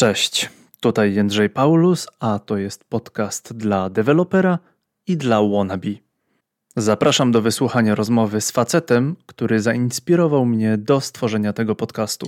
Cześć, tutaj Jędrzej Paulus, a to jest podcast dla dewelopera i dla wannabe. Zapraszam do wysłuchania rozmowy z facetem, który zainspirował mnie do stworzenia tego podcastu.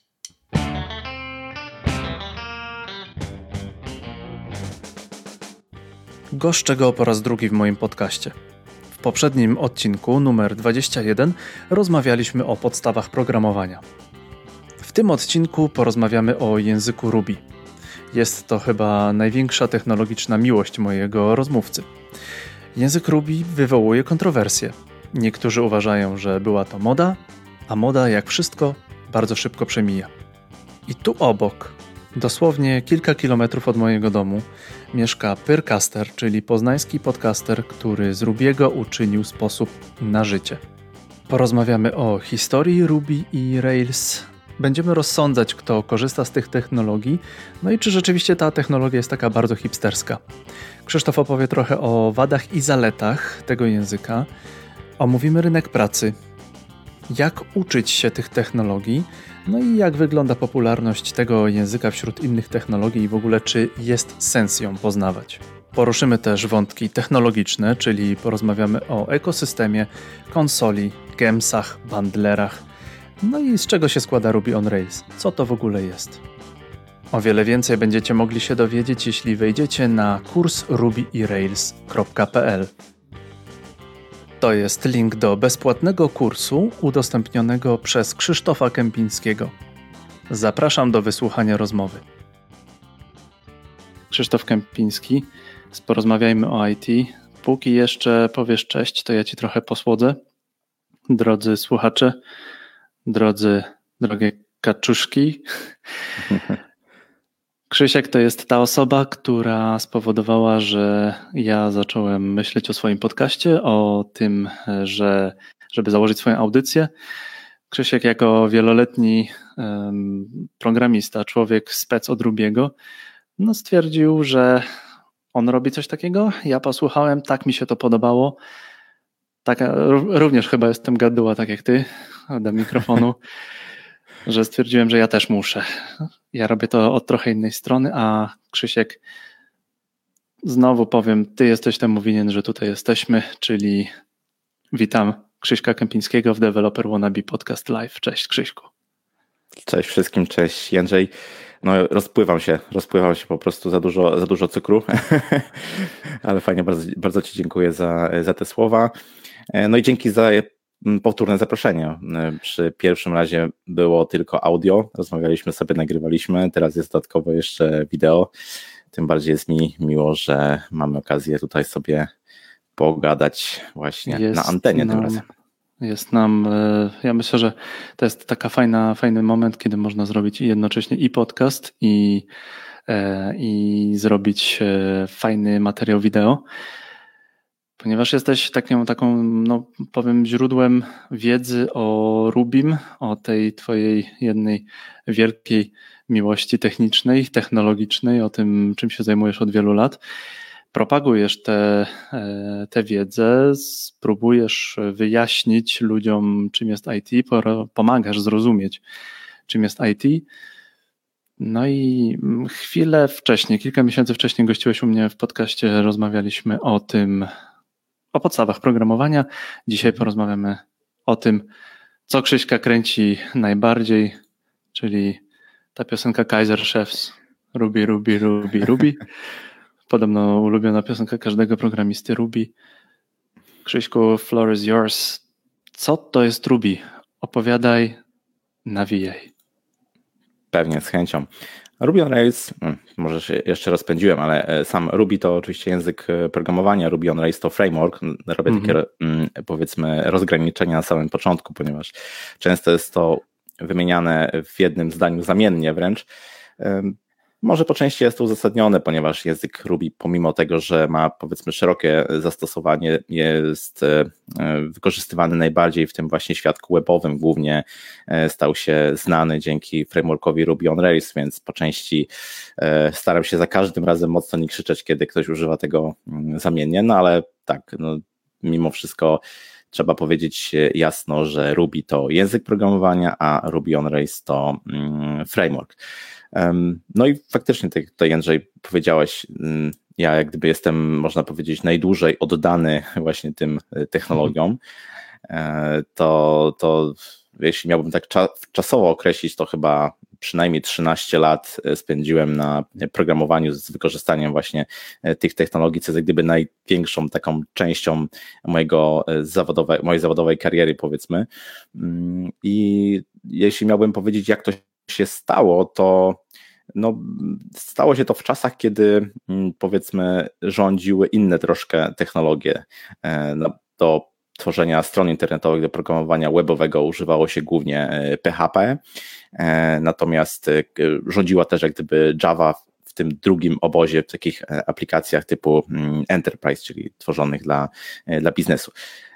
Goszczę go po raz drugi w moim podcaście. W poprzednim odcinku, numer 21, rozmawialiśmy o podstawach programowania. W tym odcinku porozmawiamy o języku Ruby. Jest to chyba największa technologiczna miłość mojego rozmówcy. Język Ruby wywołuje kontrowersje. Niektórzy uważają, że była to moda, a moda, jak wszystko, bardzo szybko przemija. I tu obok, dosłownie kilka kilometrów od mojego domu, mieszka Pyrcaster, czyli poznański podcaster, który z Rubiego uczynił sposób na życie. Porozmawiamy o historii Ruby i Rails. Będziemy rozsądzać, kto korzysta z tych technologii, no i czy rzeczywiście ta technologia jest taka bardzo hipsterska. Krzysztof opowie trochę o wadach i zaletach tego języka. Omówimy rynek pracy, jak uczyć się tych technologii, no i jak wygląda popularność tego języka wśród innych technologii i w ogóle czy jest sens ją poznawać. Poruszymy też wątki technologiczne, czyli porozmawiamy o ekosystemie, konsoli, gemsach, bundlerach, no i z czego się składa Ruby on Rails, co to w ogóle jest. O wiele więcej będziecie mogli się dowiedzieć, jeśli wejdziecie na kurs rubyirails.pl. To jest link do bezpłatnego kursu udostępnionego przez Krzysztofa Kępińskiego. Zapraszam do wysłuchania rozmowy. Krzysztof Kępiński, porozmawiajmy o IT. Póki jeszcze powiesz cześć, to ja Ci trochę posłodzę. Drodzy słuchacze, drogie kaczuszki. Krzysiek to jest ta osoba, która spowodowała, że ja zacząłem myśleć o swoim podcaście, o tym, żeby założyć swoją audycję. Krzysiek jako wieloletni programista, człowiek spec od Rubiego, no stwierdził, że on robi coś takiego. Ja posłuchałem, tak mi się to podobało. Tak, również chyba jestem gaduła, tak jak ty, do mikrofonu, że stwierdziłem, że ja też muszę. Ja robię to od trochę innej strony, a Krzysiek, znowu powiem, ty jesteś temu winien, że tutaj jesteśmy, czyli witam Krzyśka Kępińskiego w Developer Wannabe Podcast Live. Cześć Krzyśku. Cześć wszystkim, cześć Jędrzej. No rozpływam się po prostu, za dużo cukru, ale fajnie, bardzo Ci dziękuję za te słowa. No i dzięki za powtórne zaproszenie. Przy pierwszym razie było tylko audio, rozmawialiśmy sobie, nagrywaliśmy, teraz jest dodatkowo jeszcze wideo. Tym bardziej jest mi miło, że mamy okazję tutaj sobie pogadać właśnie na antenie tym razem. Jest nam, ja myślę, że to jest taka fajny moment, kiedy można zrobić jednocześnie i podcast i zrobić fajny materiał wideo. Ponieważ jesteś taką, no powiem, źródłem wiedzy o Rubim, o tej twojej jednej wielkiej miłości technicznej, technologicznej, o tym, czym się zajmujesz od wielu lat. Propagujesz tę wiedzę, spróbujesz wyjaśnić ludziom, czym jest IT, pomagasz zrozumieć, czym jest IT. No i kilka miesięcy wcześniej gościłeś u mnie w podcaście, rozmawialiśmy o podstawach programowania. Dzisiaj porozmawiamy o tym, co Krzyśka kręci najbardziej, czyli ta piosenka Kaiser Chiefs, Ruby, Ruby, Ruby, Ruby. Podobno ulubiona piosenka każdego programisty Ruby. Krzyśku, floor is yours. Co to jest Ruby? Opowiadaj, nawijaj. Pewnie, z chęcią. Ruby on Rails, może się jeszcze rozpędziłem, ale sam Ruby to oczywiście język programowania, Ruby on Rails to framework. Robię takie, powiedzmy, rozgraniczenia na samym początku, ponieważ często jest to wymieniane w jednym zdaniu zamiennie wręcz. Może po części jest to uzasadnione, ponieważ język Ruby, pomimo tego, że ma, powiedzmy, szerokie zastosowanie, jest wykorzystywany najbardziej w tym właśnie świadku webowym. Głównie stał się znany dzięki frameworkowi Ruby on Rails, więc po części staram się za każdym razem mocno nie krzyczeć, kiedy ktoś używa tego zamiennie, no ale tak, no, mimo wszystko trzeba powiedzieć jasno, że Ruby to język programowania, a Ruby on Rails to framework. No i faktycznie, tak jak tutaj Jędrzej powiedziałeś, ja jak gdyby jestem, można powiedzieć, najdłużej oddany właśnie tym technologiom, to jeśli miałbym tak czasowo określić, to chyba przynajmniej 13 lat spędziłem na programowaniu z wykorzystaniem właśnie tych technologii, co jest jak gdyby największą taką częścią mojej zawodowej kariery, powiedzmy. I jeśli miałbym powiedzieć, jak to się stało, to stało się to w czasach, kiedy powiedzmy rządziły inne troszkę technologie. Do tworzenia stron internetowych, do programowania webowego używało się głównie PHP, natomiast rządziła też jak gdyby Java w tym drugim obozie, w takich aplikacjach typu Enterprise, czyli tworzonych dla biznesu.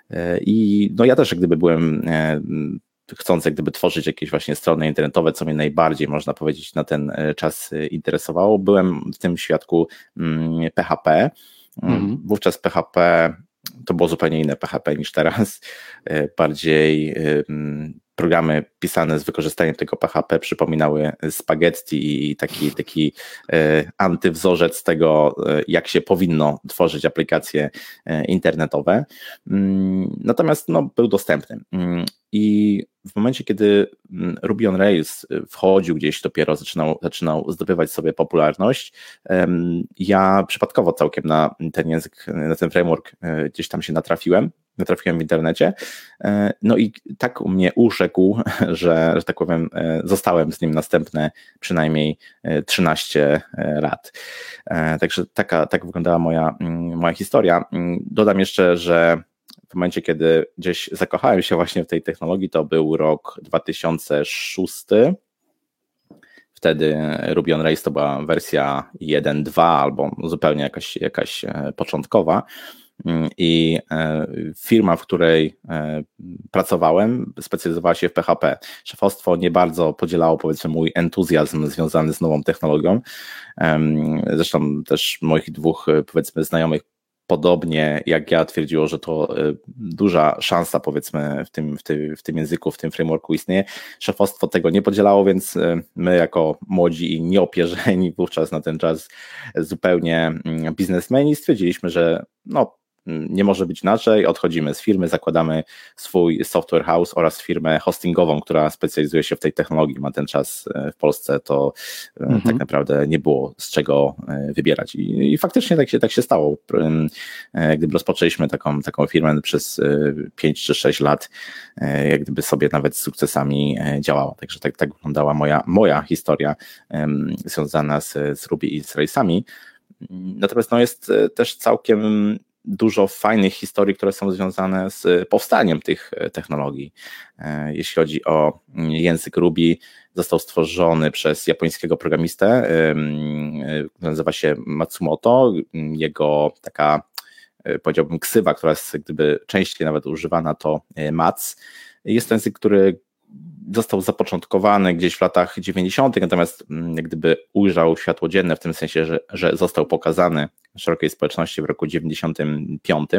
I ja też jak gdyby byłem chcąc jak gdyby tworzyć jakieś właśnie strony internetowe, co mnie najbardziej, można powiedzieć, na ten czas interesowało. Byłem w tym świadku PHP. Wówczas PHP to było zupełnie inne PHP niż teraz. Bardziej programy pisane z wykorzystaniem tego PHP przypominały spaghetti i taki antywzorzec tego, jak się powinno tworzyć aplikacje internetowe. Natomiast był dostępny. I w momencie, kiedy Ruby on Rails wchodził gdzieś, dopiero zaczynał zdobywać sobie popularność, ja przypadkowo całkiem na ten język, na ten framework gdzieś tam się natrafiłem w internecie. No i tak mnie urzekł, że tak powiem, zostałem z nim następne przynajmniej 13 lat. Także tak wyglądała moja historia. Dodam jeszcze, że w momencie, kiedy gdzieś zakochałem się właśnie w tej technologii, to był rok 2006. Wtedy Ruby on Rails to była wersja 1.2 albo zupełnie jakaś początkowa. I firma, w której pracowałem, specjalizowała się w PHP. Szefostwo nie bardzo podzielało, powiedzmy, mój entuzjazm związany z nową technologią. Zresztą też moich dwóch, powiedzmy, znajomych podobnie jak ja twierdziło, że to duża szansa, powiedzmy, w tym języku, w tym frameworku istnieje. Szefostwo tego nie podzielało, więc my jako młodzi i nieopierzeni wówczas na ten czas zupełnie biznesmeni stwierdziliśmy, że nie może być inaczej, odchodzimy z firmy, zakładamy swój software house oraz firmę hostingową, która specjalizuje się w tej technologii. Na ten czas w Polsce to tak naprawdę nie było z czego wybierać. I faktycznie tak się stało. Gdyby rozpoczęliśmy taką firmę przez 5 czy 6 lat, jak gdyby sobie nawet z sukcesami działała. Także tak wyglądała moja historia związana z Ruby i z Railsami. Natomiast jest też całkiem dużo fajnych historii, które są związane z powstaniem tych technologii. Jeśli chodzi o język Ruby, został stworzony przez japońskiego programistę, nazywa się Matsumoto. Jego taka, powiedziałbym, ksywa, która jest gdyby częściej nawet używana, to Mats. Jest to język, który został zapoczątkowany gdzieś w latach 90., natomiast jak gdyby ujrzał światło dzienne w tym sensie, że został pokazany szerokiej społeczności w roku 95.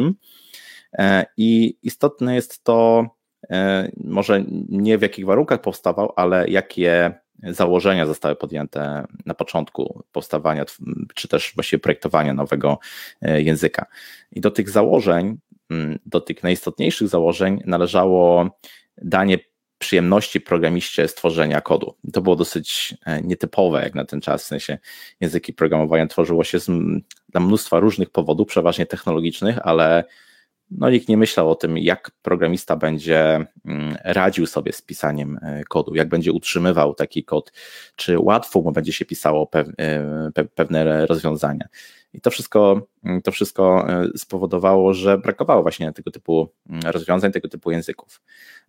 I istotne jest to, może nie w jakich warunkach powstawał, ale jakie założenia zostały podjęte na początku powstawania, czy też właściwie projektowania nowego języka. I do tych założeń, do tych najistotniejszych założeń należało danie przyjemności programiście stworzenia kodu. To było dosyć nietypowe jak na ten czas, w sensie języki programowania tworzyło się dla mnóstwa różnych powodów, przeważnie technologicznych, ale nikt nie myślał o tym, jak programista będzie radził sobie z pisaniem kodu, jak będzie utrzymywał taki kod, czy łatwo mu będzie się pisało pewne rozwiązania. I to wszystko spowodowało, że brakowało właśnie tego typu rozwiązań, tego typu języków.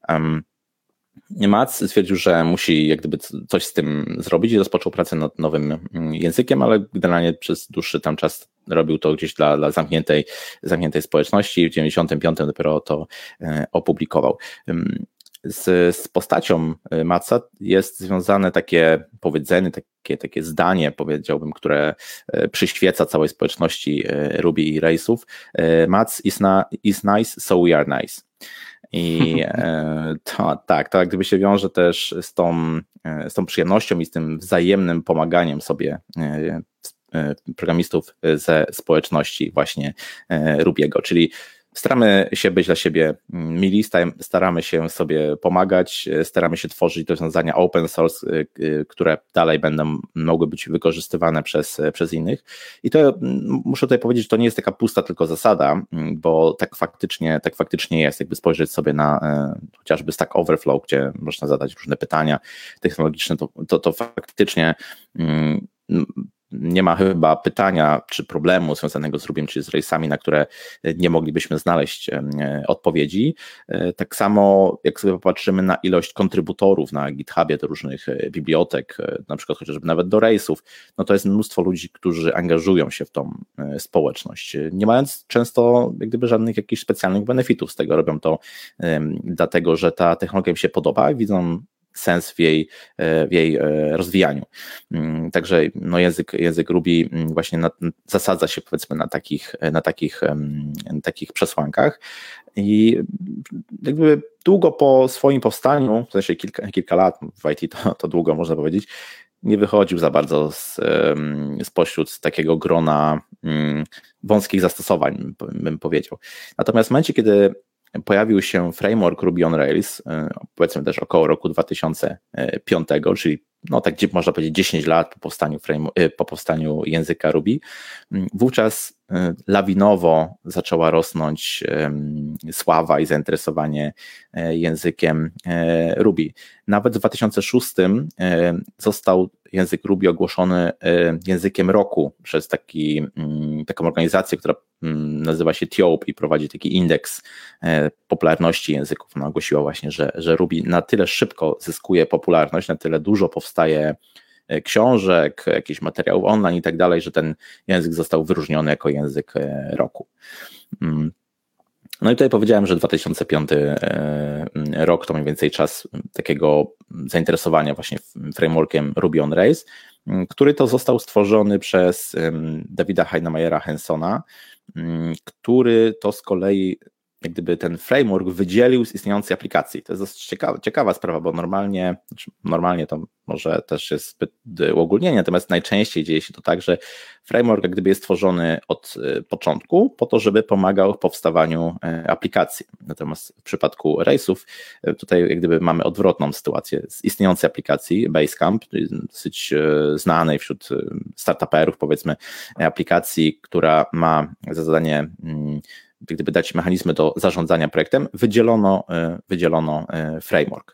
Mats stwierdził, że musi jak gdyby coś z tym zrobić i rozpoczął pracę nad nowym językiem, ale generalnie przez dłuższy tam czas robił to gdzieś dla zamkniętej społeczności. W 95 dopiero to opublikował. Z postacią Matsa jest związane takie powiedzenie, takie zdanie, powiedziałbym, które przyświeca całej społeczności Ruby i Railsów. Mats is nice, so we are nice. I to jak gdyby się wiąże też z tą przyjemnością i z tym wzajemnym pomaganiem sobie programistów ze społeczności właśnie Rubiego, czyli staramy się być dla siebie mili, staramy się sobie pomagać, staramy się tworzyć rozwiązania open source, które dalej będą mogły być wykorzystywane przez innych. I to muszę tutaj powiedzieć, że to nie jest taka pusta tylko zasada, bo tak faktycznie jest. Jakby spojrzeć sobie na chociażby Stack Overflow, gdzie można zadać różne pytania technologiczne, to faktycznie nie ma chyba pytania czy problemu związanego z Rubiem czy z Railsami, na które nie moglibyśmy znaleźć odpowiedzi. Tak samo jak sobie popatrzymy na ilość kontrybutorów na GitHubie do różnych bibliotek, na przykład chociażby nawet do Railsów, no to jest mnóstwo ludzi, którzy angażują się w tą społeczność, nie mając często jak gdyby żadnych jakichś specjalnych benefitów z tego. Robią to dlatego, że ta technologia im się podoba i widzą sens w jej rozwijaniu. Także no język Ruby właśnie zasadza się powiedzmy na takich przesłankach i jakby długo po swoim powstaniu, w sensie kilka lat w IT to długo można powiedzieć, nie wychodził za bardzo spośród takiego grona wąskich zastosowań, bym powiedział. Natomiast w momencie, kiedy pojawił się framework Ruby on Rails, powiedzmy też około roku 2005, czyli no tak można powiedzieć 10 lat po powstaniu języka Ruby, wówczas lawinowo zaczęła rosnąć sława i zainteresowanie językiem Ruby. Nawet w 2006 został język Ruby ogłoszony językiem roku przez taką organizację, która nazywa się TIOP i prowadzi taki indeks popularności języków. Ona ogłosiła właśnie, że Ruby na tyle szybko zyskuje popularność, na tyle dużo powstaje książek, jakichś materiałów online i tak dalej, że ten język został wyróżniony jako język roku. No i tutaj powiedziałem, że 2005 rok to mniej więcej czas takiego zainteresowania właśnie frameworkiem Ruby on Rails, który to został stworzony przez Davida Heinemeiera Hansona, który to z kolei jak gdyby ten framework wydzielił z istniejącej aplikacji. To jest dosyć ciekawa sprawa, bo normalnie to może też jest zbyt uogólnienie, natomiast najczęściej dzieje się to tak, że framework jak gdyby jest tworzony od początku po to, żeby pomagał w powstawaniu aplikacji. Natomiast w przypadku Railsów tutaj jak gdyby mamy odwrotną sytuację z istniejącej aplikacji Basecamp, dosyć znanej wśród startuperów powiedzmy aplikacji, która ma za zadanie gdyby dać mechanizmy do zarządzania projektem, wydzielono framework.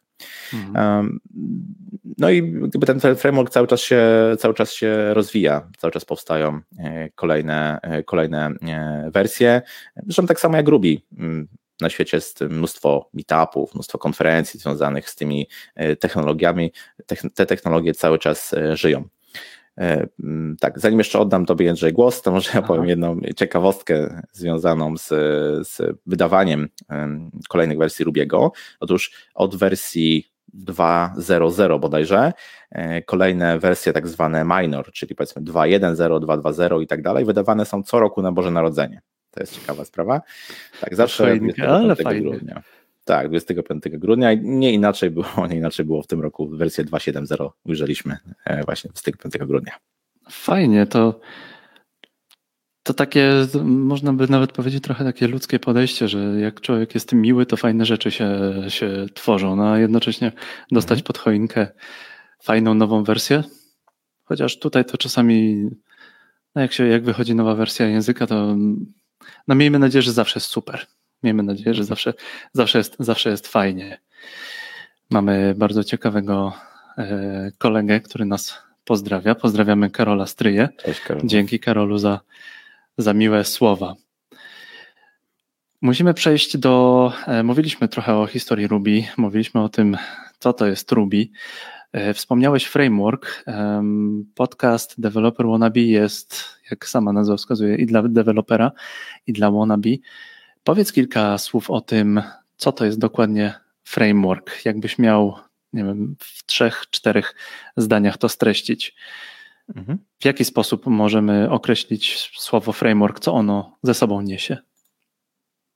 No i gdyby ten framework cały czas się rozwija, cały czas powstają kolejne wersje. Zresztą tak samo jak Ruby. Na świecie jest mnóstwo meetupów, mnóstwo konferencji związanych z tymi technologiami. Te technologie cały czas żyją. Tak, zanim jeszcze oddam Tobie, Jędrzej, głos, to może ja powiem jedną ciekawostkę związaną z wydawaniem kolejnych wersji Rubiego. Otóż od wersji 2.0.0 bodajże kolejne wersje tak zwane minor, czyli powiedzmy 2.1.0, 2.2.0 i tak dalej, wydawane są co roku na Boże Narodzenie. To jest ciekawa sprawa. Tak, zawsze 25 grudnia. Tak, 25 grudnia. Nie inaczej było w tym roku. Wersję 2.7.0 ujrzeliśmy właśnie 25 grudnia. Fajnie, to takie, można by nawet powiedzieć, trochę takie ludzkie podejście, że jak człowiek jest miły, to fajne rzeczy się tworzą, no a jednocześnie dostać pod choinkę fajną nową wersję. Chociaż tutaj to czasami, no jak wychodzi nowa wersja języka, to no miejmy nadzieję, że zawsze jest super. Miejmy nadzieję, że zawsze jest fajnie. Mamy bardzo ciekawego kolegę, który nas pozdrawia. Pozdrawiamy Karola Stryję. Cześć, Karol. Dzięki, Karolu, za miłe słowa. Musimy przejść mówiliśmy trochę o historii Ruby, mówiliśmy o tym, co to jest Ruby. Wspomniałeś framework. Podcast Developer Wannabe jest, jak sama nazwa wskazuje, i dla dewelopera, i dla wannabe. Powiedz kilka słów o tym, co to jest dokładnie framework. Jakbyś miał, nie wiem, w 3-4 zdaniach to streścić. W jaki sposób możemy określić słowo framework, co ono ze sobą niesie?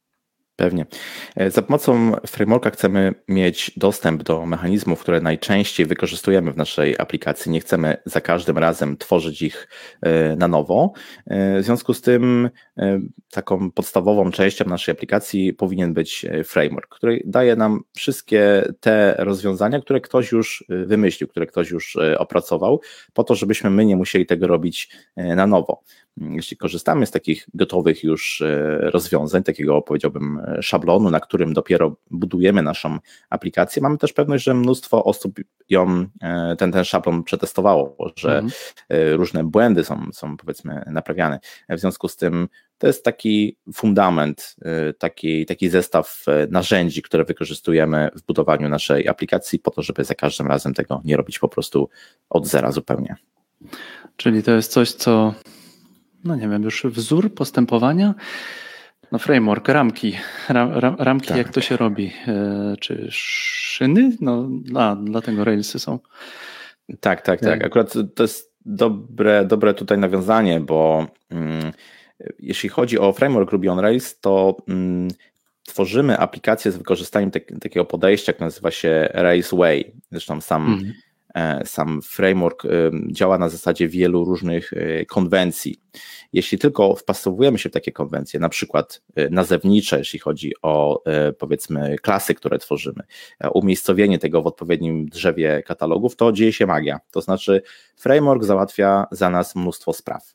Pewnie. Za pomocą frameworka chcemy mieć dostęp do mechanizmów, które najczęściej wykorzystujemy w naszej aplikacji. Nie chcemy za każdym razem tworzyć ich na nowo. W związku z tym taką podstawową częścią naszej aplikacji powinien być framework, który daje nam wszystkie te rozwiązania, które ktoś już wymyślił, które ktoś już opracował, po to, żebyśmy my nie musieli tego robić na nowo. Jeśli korzystamy z takich gotowych już rozwiązań, takiego powiedziałbym szablonu, na którym dopiero budujemy naszą aplikację, mamy też pewność, że mnóstwo osób ten szablon przetestowało, że różne błędy są powiedzmy naprawiane. W związku z tym to jest taki fundament, taki zestaw narzędzi, które wykorzystujemy w budowaniu naszej aplikacji po to, żeby za każdym razem tego nie robić po prostu od zera zupełnie. Czyli to jest coś, co no nie wiem, już wzór postępowania, no framework, ramki, tak. Jak to się robi, czy szyny, no dla tego Railsy są. Tak. Akurat to jest dobre tutaj nawiązanie, bo jeśli chodzi o framework Ruby on Rails, to tworzymy aplikację z wykorzystaniem takiego podejścia, które nazywa się Rails Way. Zresztą sam framework działa na zasadzie wielu różnych konwencji. Jeśli tylko wpasowujemy się w takie konwencje, na przykład nazewnicze, jeśli chodzi o powiedzmy klasy, które tworzymy, umiejscowienie tego w odpowiednim drzewie katalogów, to dzieje się magia. To znaczy framework załatwia za nas mnóstwo spraw.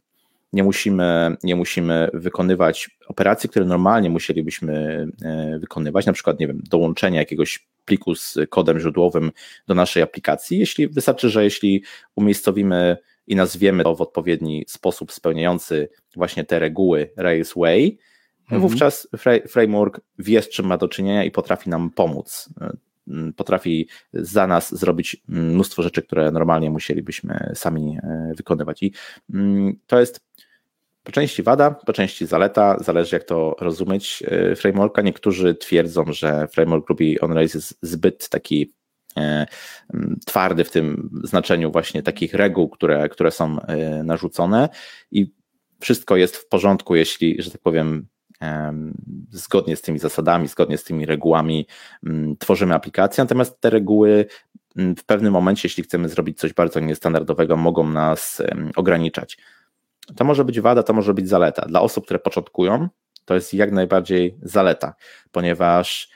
Nie musimy wykonywać operacji, które normalnie musielibyśmy wykonywać, na przykład, nie wiem, dołączenia jakiegoś pliku z kodem źródłowym do naszej aplikacji. Wystarczy, że jeśli umiejscowimy i nazwiemy to w odpowiedni sposób spełniający właśnie te reguły Rails Way, wówczas framework wie, z czym ma do czynienia i potrafi nam pomóc. Potrafi za nas zrobić mnóstwo rzeczy, które normalnie musielibyśmy sami wykonywać. I to jest po części wada, po części zaleta, zależy jak to rozumieć frameworka. Niektórzy twierdzą, że framework Ruby on Rails jest zbyt taki twardy w tym znaczeniu właśnie takich reguł, które są narzucone i wszystko jest w porządku, jeśli, że tak powiem, zgodnie z tymi zasadami, zgodnie z tymi regułami tworzymy aplikację, natomiast te reguły w pewnym momencie, jeśli chcemy zrobić coś bardzo niestandardowego, mogą nas ograniczać. To może być wada, to może być zaleta. Dla osób, które początkują, to jest jak najbardziej zaleta, ponieważ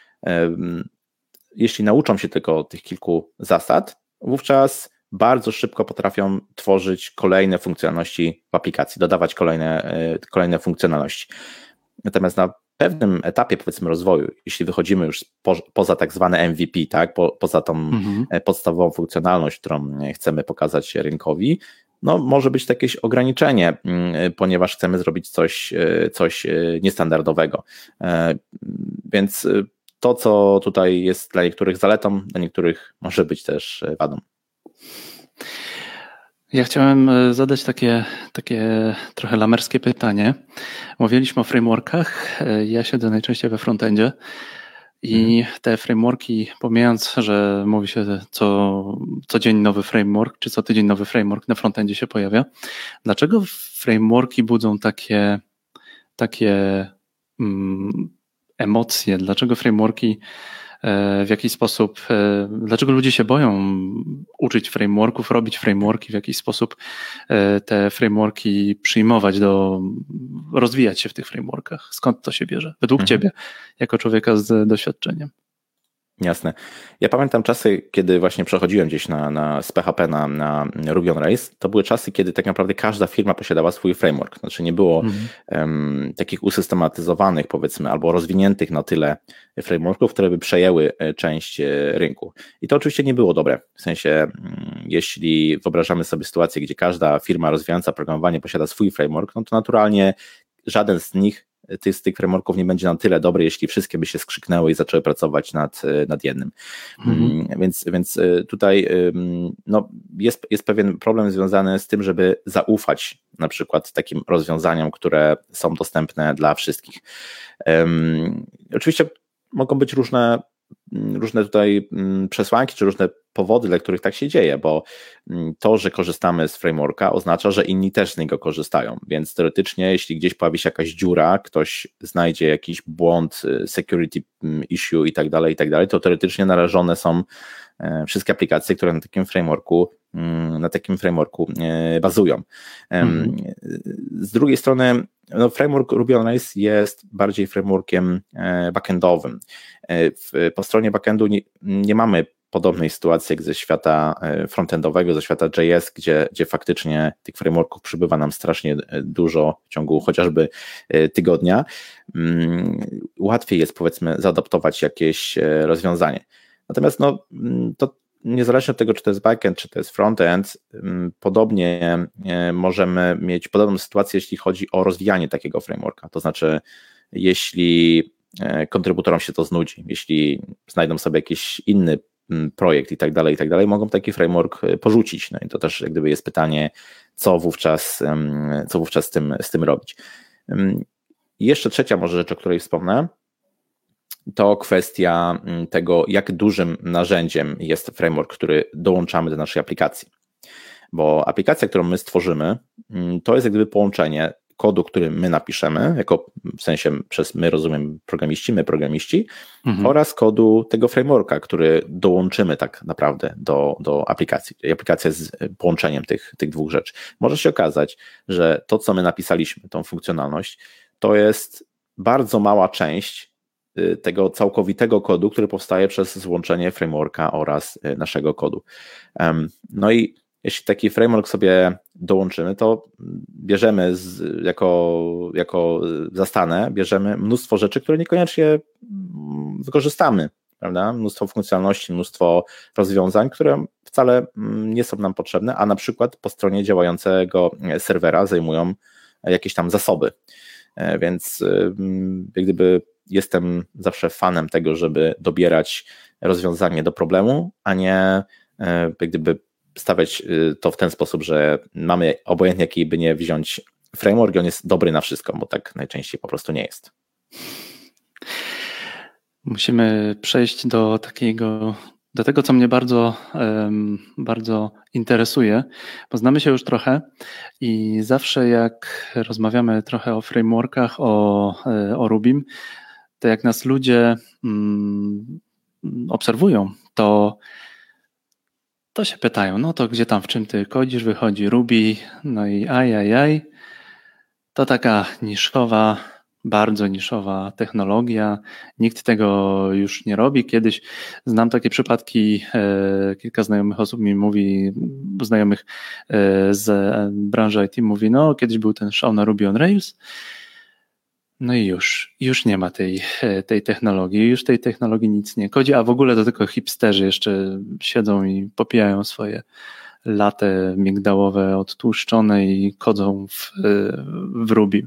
jeśli nauczą się tylko tych kilku zasad, wówczas bardzo szybko potrafią tworzyć kolejne funkcjonalności w aplikacji, dodawać kolejne funkcjonalności. Natomiast na pewnym etapie, powiedzmy, rozwoju, jeśli wychodzimy już poza tak zwane MVP, tak, poza tą podstawową funkcjonalność, którą chcemy pokazać rynkowi, no może być to jakieś ograniczenie, ponieważ chcemy zrobić coś niestandardowego. Więc to, co tutaj jest dla niektórych zaletą, dla niektórych może być też wadą. Ja chciałem zadać takie trochę lamerskie pytanie. Mówiliśmy o frameworkach. Ja siedzę najczęściej we frontendzie i te frameworki, pomijając, że mówi się co dzień nowy framework, czy co tydzień nowy framework na frontendzie się pojawia. Dlaczego frameworki budzą takie emocje? Dlaczego frameworki w jakiś sposób, dlaczego ludzie się boją uczyć frameworków, robić frameworki, w jakiś sposób te frameworki przyjmować, rozwijać się w tych frameworkach? Skąd to się bierze? Według Ciebie, jako człowieka z doświadczeniem. Jasne. Ja pamiętam czasy, kiedy właśnie przechodziłem gdzieś z PHP na Ruby on Rails. To były czasy, kiedy tak naprawdę każda firma posiadała swój framework. Znaczy nie było takich usystematyzowanych, powiedzmy, albo rozwiniętych na tyle frameworków, które by przejęły część rynku. I to oczywiście nie było dobre. W sensie, jeśli wyobrażamy sobie sytuację, gdzie każda firma rozwijająca programowanie posiada swój framework, no to naturalnie żaden z tych frameworków nie będzie na tyle dobry, jeśli wszystkie by się skrzyknęły i zaczęły pracować nad jednym. Więc tutaj no, jest pewien problem związany z tym, żeby zaufać na przykład takim rozwiązaniom, które są dostępne dla wszystkich. Oczywiście mogą być różne różne tutaj przesłanki, czy różne powody, dla których tak się dzieje, bo to, że korzystamy z frameworka, oznacza, że inni też z niego korzystają, więc teoretycznie, jeśli gdzieś pojawi się jakaś dziura, ktoś znajdzie jakiś błąd, security issue i tak dalej, to teoretycznie narażone są wszystkie aplikacje, które na takim frameworku bazują. Z drugiej strony framework Ruby on Rails jest bardziej frameworkiem backendowym. Po stronie backendu nie mamy podobnej sytuacji jak ze świata frontendowego, ze świata JS, gdzie faktycznie tych frameworków przybywa nam strasznie dużo w ciągu chociażby tygodnia. Łatwiej jest, powiedzmy, zaadoptować jakieś rozwiązanie. Natomiast to niezależnie od tego, czy to jest backend, czy to jest frontend, podobnie możemy mieć podobną sytuację, jeśli chodzi o rozwijanie takiego frameworka. To znaczy, jeśli kontrybutorom się to znudzi, jeśli znajdą sobie jakiś inny projekt i tak dalej, mogą taki framework porzucić. No i to też jak gdyby jest pytanie, co wówczas z tym robić. I jeszcze trzecia może rzecz, o której wspomnę, to kwestia tego, jak dużym narzędziem jest framework, który dołączamy do naszej aplikacji. Bo aplikacja, którą my stworzymy, to jest jak gdyby połączenie kodu, który my napiszemy, jako w sensie przez my rozumiem programiści, oraz kodu tego frameworka, który dołączymy tak naprawdę do aplikacji. Aplikacja jest połączeniem tych dwóch rzeczy. Może się okazać, że to, co my napisaliśmy, tą funkcjonalność, to jest bardzo mała część tego całkowitego kodu, który powstaje przez złączenie frameworka oraz naszego kodu. No i jeśli taki framework sobie dołączymy, to bierzemy jako zastane, bierzemy mnóstwo rzeczy, które niekoniecznie wykorzystamy, prawda? Mnóstwo funkcjonalności, mnóstwo rozwiązań, które wcale nie są nam potrzebne, a na przykład po stronie działającego serwera zajmują jakieś tam zasoby. Więc jak gdyby jestem zawsze fanem tego, żeby dobierać rozwiązanie do problemu, a nie jak gdyby stawiać to w ten sposób, że mamy obojętnie jaki by nie wziąć framework i on jest dobry na wszystko, bo tak najczęściej po prostu nie jest. Musimy przejść do tego, co mnie bardzo, bardzo interesuje, bo znamy się już trochę i zawsze jak rozmawiamy trochę o frameworkach, o Rubim, to jak nas ludzie obserwują, to się pytają, no to gdzie tam, w czym ty kodzisz, wychodzi Ruby, no i to taka niszowa, bardzo niszowa technologia, nikt tego już nie robi. Kiedyś znam takie przypadki, kilka znajomych osób mi mówi, znajomych z branży IT mówi, no kiedyś był ten szał na Ruby on Rails, no i już nie ma tej technologii, już tej technologii nic nie kodzi, a w ogóle to tylko hipsterzy jeszcze siedzą i popijają swoje latte migdałowe odtłuszczone i kodzą w Rubim.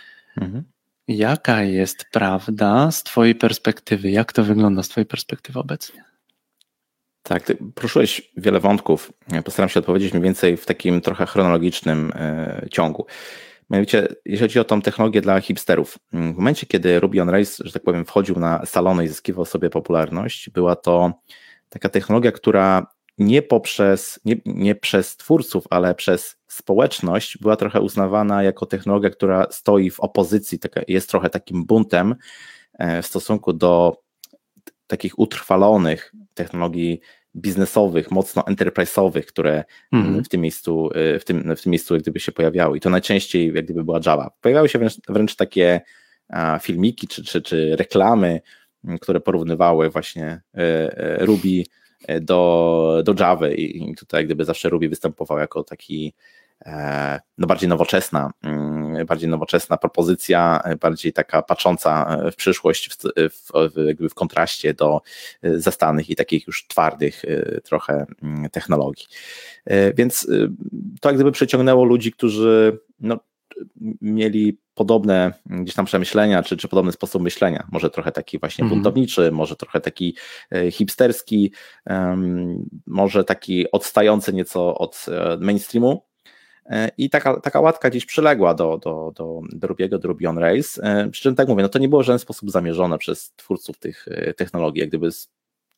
Jaka jest prawda z twojej perspektywy? Jak to wygląda z twojej perspektywy obecnie? Tak, ty poruszyłeś wiele wątków. Postaram się odpowiedzieć mniej więcej w takim trochę chronologicznym ciągu. Mianowicie, jeśli chodzi o tą technologię dla hipsterów, w momencie, kiedy Ruby on Rails, że tak powiem, wchodził na salony i zyskiwał sobie popularność, była to taka technologia, która nie przez twórców, ale przez społeczność była trochę uznawana jako technologia, która stoi w opozycji, jest trochę takim buntem w stosunku do takich utrwalonych technologii biznesowych, mocno enterprise'owych, które w tym miejscu jak gdyby się pojawiały. I to najczęściej jak gdyby była Java. Pojawiały się wręcz takie filmiki czy reklamy, które porównywały właśnie Ruby do Java i tutaj jak gdyby zawsze Ruby występował jako taki bardziej nowoczesna propozycja, bardziej taka patrząca w przyszłość jakby w kontraście do zastanych i takich już twardych trochę technologii. Więc to jak gdyby przyciągnęło ludzi, którzy mieli podobne gdzieś tam przemyślenia, czy podobny sposób myślenia, może trochę taki właśnie buntowniczy, może trochę taki hipsterski, może taki odstający nieco od mainstreamu. I taka łatka gdzieś przyległa do Ruby'ego, do Ruby on Rails, przy czym tak mówię, to nie było w żaden sposób zamierzone przez twórców tych technologii, jak gdyby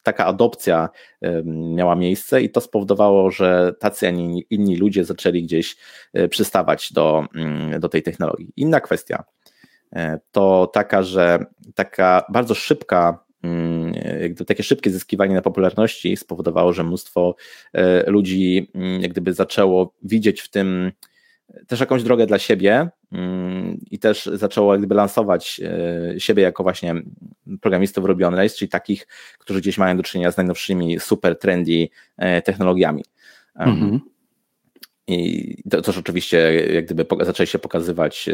taka adopcja miała miejsce i to spowodowało, że tacy, a nie inni ludzie zaczęli gdzieś przystawać do tej technologii. Inna kwestia to taka, że taka bardzo szybka, takie szybkie zyskiwanie na popularności spowodowało, że mnóstwo ludzi jak gdyby zaczęło widzieć w tym też jakąś drogę dla siebie i też zaczęło jak gdyby lansować siebie jako właśnie programistów Ruby on Rails, czyli takich, którzy gdzieś mają do czynienia z najnowszymi super trendy technologiami. I to też oczywiście jak gdyby zaczęli się pokazywać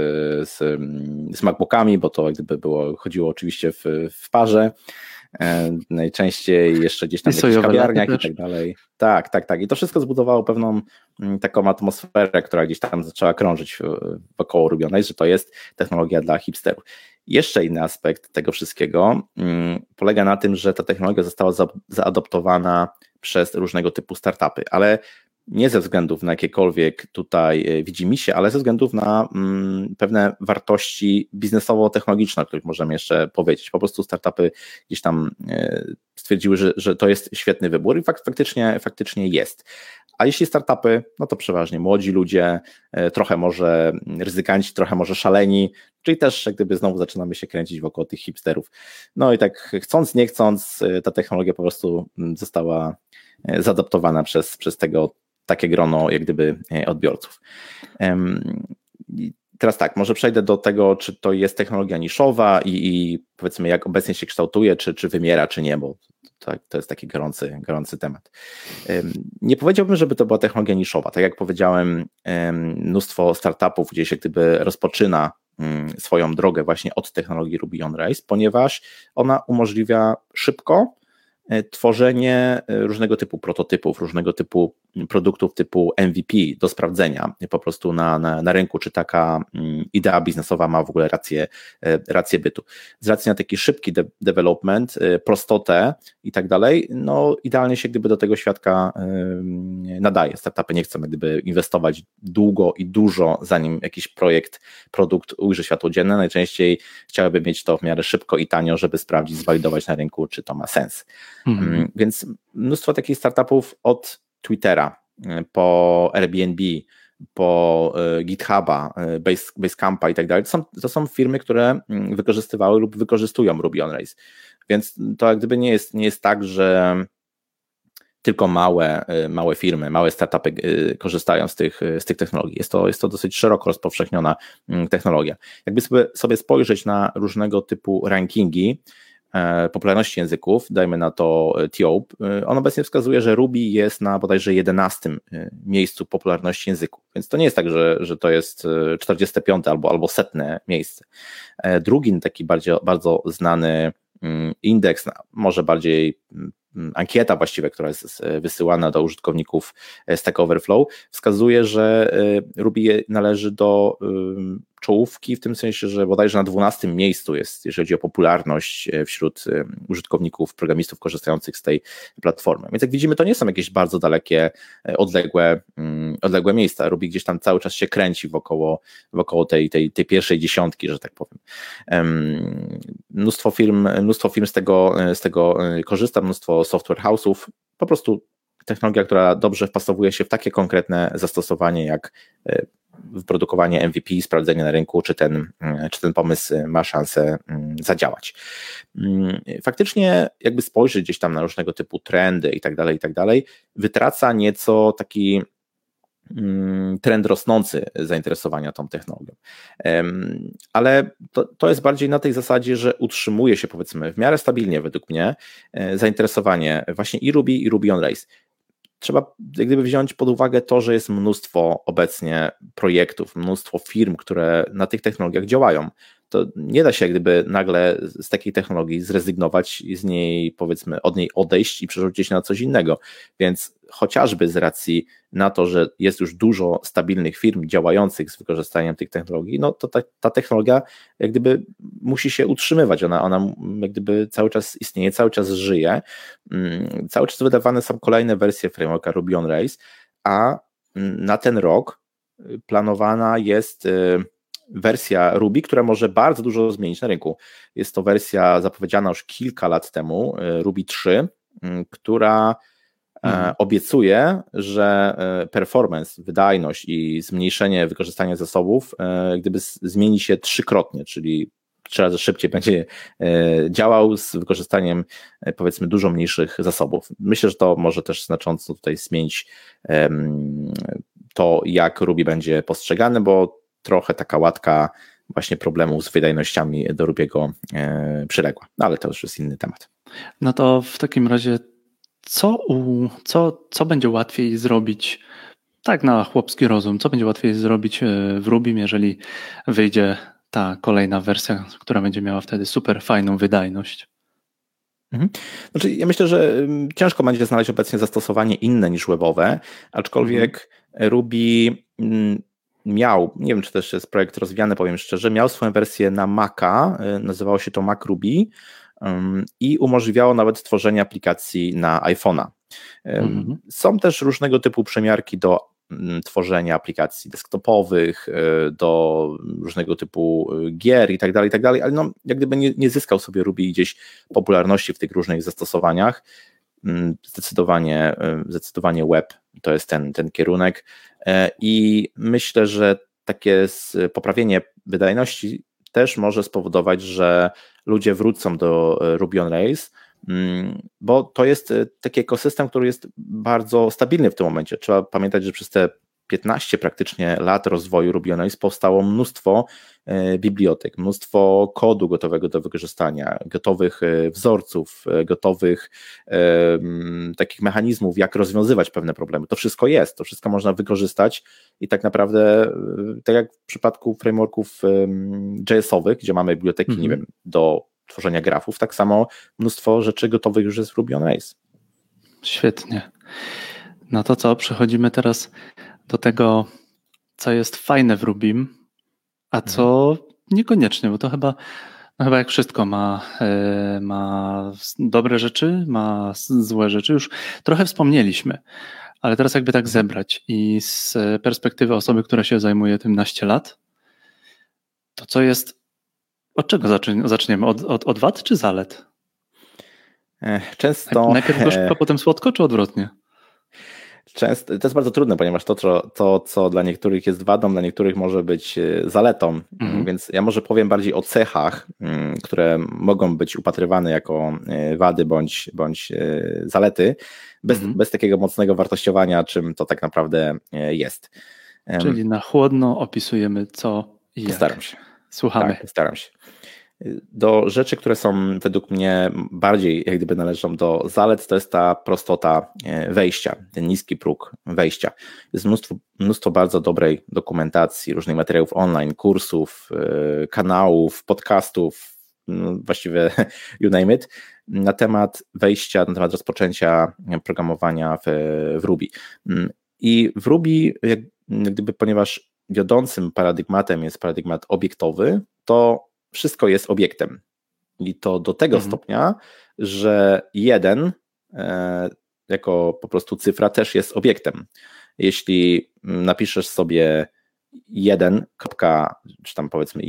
z MacBookami, bo to jak gdyby chodziło oczywiście w parze. Najczęściej jeszcze gdzieś tam w jakichś kawiarniach i tak dalej. Tak. I to wszystko zbudowało pewną taką atmosferę, która gdzieś tam zaczęła krążyć wokoło Ruby on Rails, że to jest technologia dla hipsterów. Jeszcze inny aspekt tego wszystkiego polega na tym, że ta technologia została zaadoptowana przez różnego typu startupy, ale nie ze względów na jakiekolwiek tutaj widzimisię, ale ze względów na pewne wartości biznesowo-technologiczne, o których możemy jeszcze powiedzieć. Po prostu startupy gdzieś tam stwierdziły, że to jest świetny wybór i faktycznie jest. A jeśli startupy, no to przeważnie młodzi ludzie, trochę może ryzykanci, trochę może szaleni, czyli też jak gdyby znowu zaczynamy się kręcić wokół tych hipsterów. No i tak chcąc, nie chcąc, ta technologia po prostu została zaadoptowana przez takie grono jak gdyby odbiorców. Teraz tak, może przejdę do tego, czy to jest technologia niszowa i powiedzmy jak obecnie się kształtuje, czy wymiera, czy nie, bo to jest taki gorący temat. Nie powiedziałbym, żeby to była technologia niszowa. Tak jak powiedziałem, mnóstwo startupów gdzieś jak gdyby rozpoczyna swoją drogę właśnie od technologii Ruby on Rails, ponieważ ona umożliwia szybko tworzenie różnego typu prototypów, różnego typu produktów typu MVP do sprawdzenia po prostu na rynku, czy taka idea biznesowa ma w ogóle rację bytu. Z racji na taki szybki development, prostotę i tak dalej, no idealnie się gdyby do tego świadka nadaje. Startupy nie chcą jak gdyby inwestować długo i dużo, zanim jakiś produkt ujrzy światło dzienne. Najczęściej chciałyby mieć to w miarę szybko i tanio, żeby sprawdzić, zwalidować na rynku, czy to ma sens. Więc mnóstwo takich startupów od Twittera, po Airbnb, po GitHuba, Basecampa i tak dalej, to są firmy, które wykorzystywały lub wykorzystują Ruby on Rails. Więc to jak gdyby nie jest tak, że tylko małe firmy, małe startupy korzystają z tych technologii. Jest to dosyć szeroko rozpowszechniona technologia. Jakby sobie spojrzeć na różnego typu rankingi popularności języków, dajmy na to TIOP, on obecnie wskazuje, że Ruby jest na bodajże 11 miejscu popularności języków, więc to nie jest tak, że to jest 45 albo 100 miejsce. Drugi taki bardzo znany indeks, może bardziej ankieta właściwie, która jest wysyłana do użytkowników Stack Overflow, wskazuje, że Ruby należy do czołówki, w tym sensie, że bodajże na 12 miejscu jest, jeżeli chodzi o popularność wśród użytkowników, programistów korzystających z tej platformy. Więc jak widzimy, to nie są jakieś bardzo dalekie, odległe miejsca. Ruby gdzieś tam cały czas się kręci wokoło tej pierwszej dziesiątki, że tak powiem. Mnóstwo firm z tego korzysta, mnóstwo software house'ów, po prostu technologia, która dobrze wpasowuje się w takie konkretne zastosowanie, jak wyprodukowanie MVP, sprawdzenie na rynku, czy ten pomysł ma szansę zadziałać. Faktycznie jakby spojrzeć gdzieś tam na różnego typu trendy i tak dalej, wytraca nieco taki trend rosnący zainteresowania tą technologią. Ale to jest bardziej na tej zasadzie, że utrzymuje się powiedzmy w miarę stabilnie według mnie zainteresowanie właśnie i Ruby on Rails. Trzeba jak gdyby wziąć pod uwagę to, że jest mnóstwo obecnie projektów, mnóstwo firm, które na tych technologiach działają. To nie da się jak gdyby nagle z takiej technologii zrezygnować i z niej powiedzmy od niej odejść i przerzucić się na coś innego. Więc chociażby z racji na to, że jest już dużo stabilnych firm działających z wykorzystaniem tych technologii, no to ta technologia jak gdyby musi się utrzymywać, ona jak gdyby cały czas istnieje, cały czas żyje, cały czas wydawane są kolejne wersje frameworka Ruby on Rails, a na ten rok planowana jest wersja Ruby, która może bardzo dużo zmienić na rynku. Jest to wersja zapowiedziana już kilka lat temu, Ruby 3, która obiecuje, że performance, wydajność i zmniejszenie wykorzystania zasobów gdyby zmieni się 3-krotnie, czyli 3 razy szybciej będzie działał z wykorzystaniem powiedzmy dużo mniejszych zasobów. Myślę, że to może też znacząco tutaj zmienić to, jak Ruby będzie postrzegane, bo trochę taka łatka właśnie problemów z wydajnościami do Ruby'ego przyległa, ale to już jest inny temat. No to w takim razie co będzie łatwiej zrobić, tak na chłopski rozum, co będzie łatwiej zrobić w Rubim, jeżeli wyjdzie ta kolejna wersja, która będzie miała wtedy super fajną wydajność? Znaczy, ja myślę, że ciężko będzie znaleźć obecnie zastosowanie inne niż webowe, aczkolwiek Ruby miał, nie wiem czy też jest projekt rozwijany, powiem szczerze, miał swoją wersję na Maca, nazywało się to Mac Ruby i umożliwiało nawet tworzenie aplikacji na iPhone'a. Są też różnego typu przemiarki do tworzenia aplikacji desktopowych, do różnego typu gier i tak dalej, ale no, jak gdyby nie zyskał sobie Ruby gdzieś popularności w tych różnych zastosowaniach. Zdecydowanie web to jest ten kierunek i myślę, że takie poprawienie wydajności też może spowodować, że ludzie wrócą do Ruby on Rails, bo to jest taki ekosystem, który jest bardzo stabilny w tym momencie. Trzeba pamiętać, że przez te 15 praktycznie lat rozwoju Ruby on Rails powstało mnóstwo bibliotek, mnóstwo kodu gotowego do wykorzystania, gotowych wzorców, gotowych takich mechanizmów, jak rozwiązywać pewne problemy. To wszystko jest, to wszystko można wykorzystać i tak naprawdę, tak jak w przypadku frameworków JS-owych, gdzie mamy biblioteki, nie wiem, do tworzenia grafów, tak samo mnóstwo rzeczy gotowych już jest w Ruby on Rails. Świetnie. No to co, przechodzimy teraz do tego, co jest fajne w Rubim, a co niekoniecznie, bo to chyba jak wszystko ma dobre rzeczy, ma złe rzeczy. Już trochę wspomnieliśmy, ale teraz jakby tak zebrać i z perspektywy osoby, która się zajmuje tym naście lat, to co jest, od czego zaczniemy? Od wad czy zalet? Często... Najpierw gorzko, potem słodko, czy odwrotnie? Często, to jest bardzo trudne, ponieważ to, co dla niektórych jest wadą, dla niektórych może być zaletą, więc ja może powiem bardziej o cechach, które mogą być upatrywane jako wady bądź zalety, bez takiego mocnego wartościowania, czym to tak naprawdę jest. Czyli na chłodno opisujemy co i jak. Staram się. Słuchamy. Tak, staram się. Do rzeczy, które są według mnie bardziej jak gdyby należą do zalet, to jest ta prostota wejścia, ten niski próg wejścia. Jest mnóstwo bardzo dobrej dokumentacji, różnych materiałów online, kursów, kanałów, podcastów, właściwie you name it, na temat wejścia, na temat rozpoczęcia programowania w Ruby. I w Ruby, jak gdyby, ponieważ wiodącym paradygmatem jest paradygmat obiektowy, to wszystko jest obiektem. I to do tego stopnia, że 1 jako po prostu cyfra też jest obiektem. Jeśli napiszesz sobie 1, czy tam powiedzmy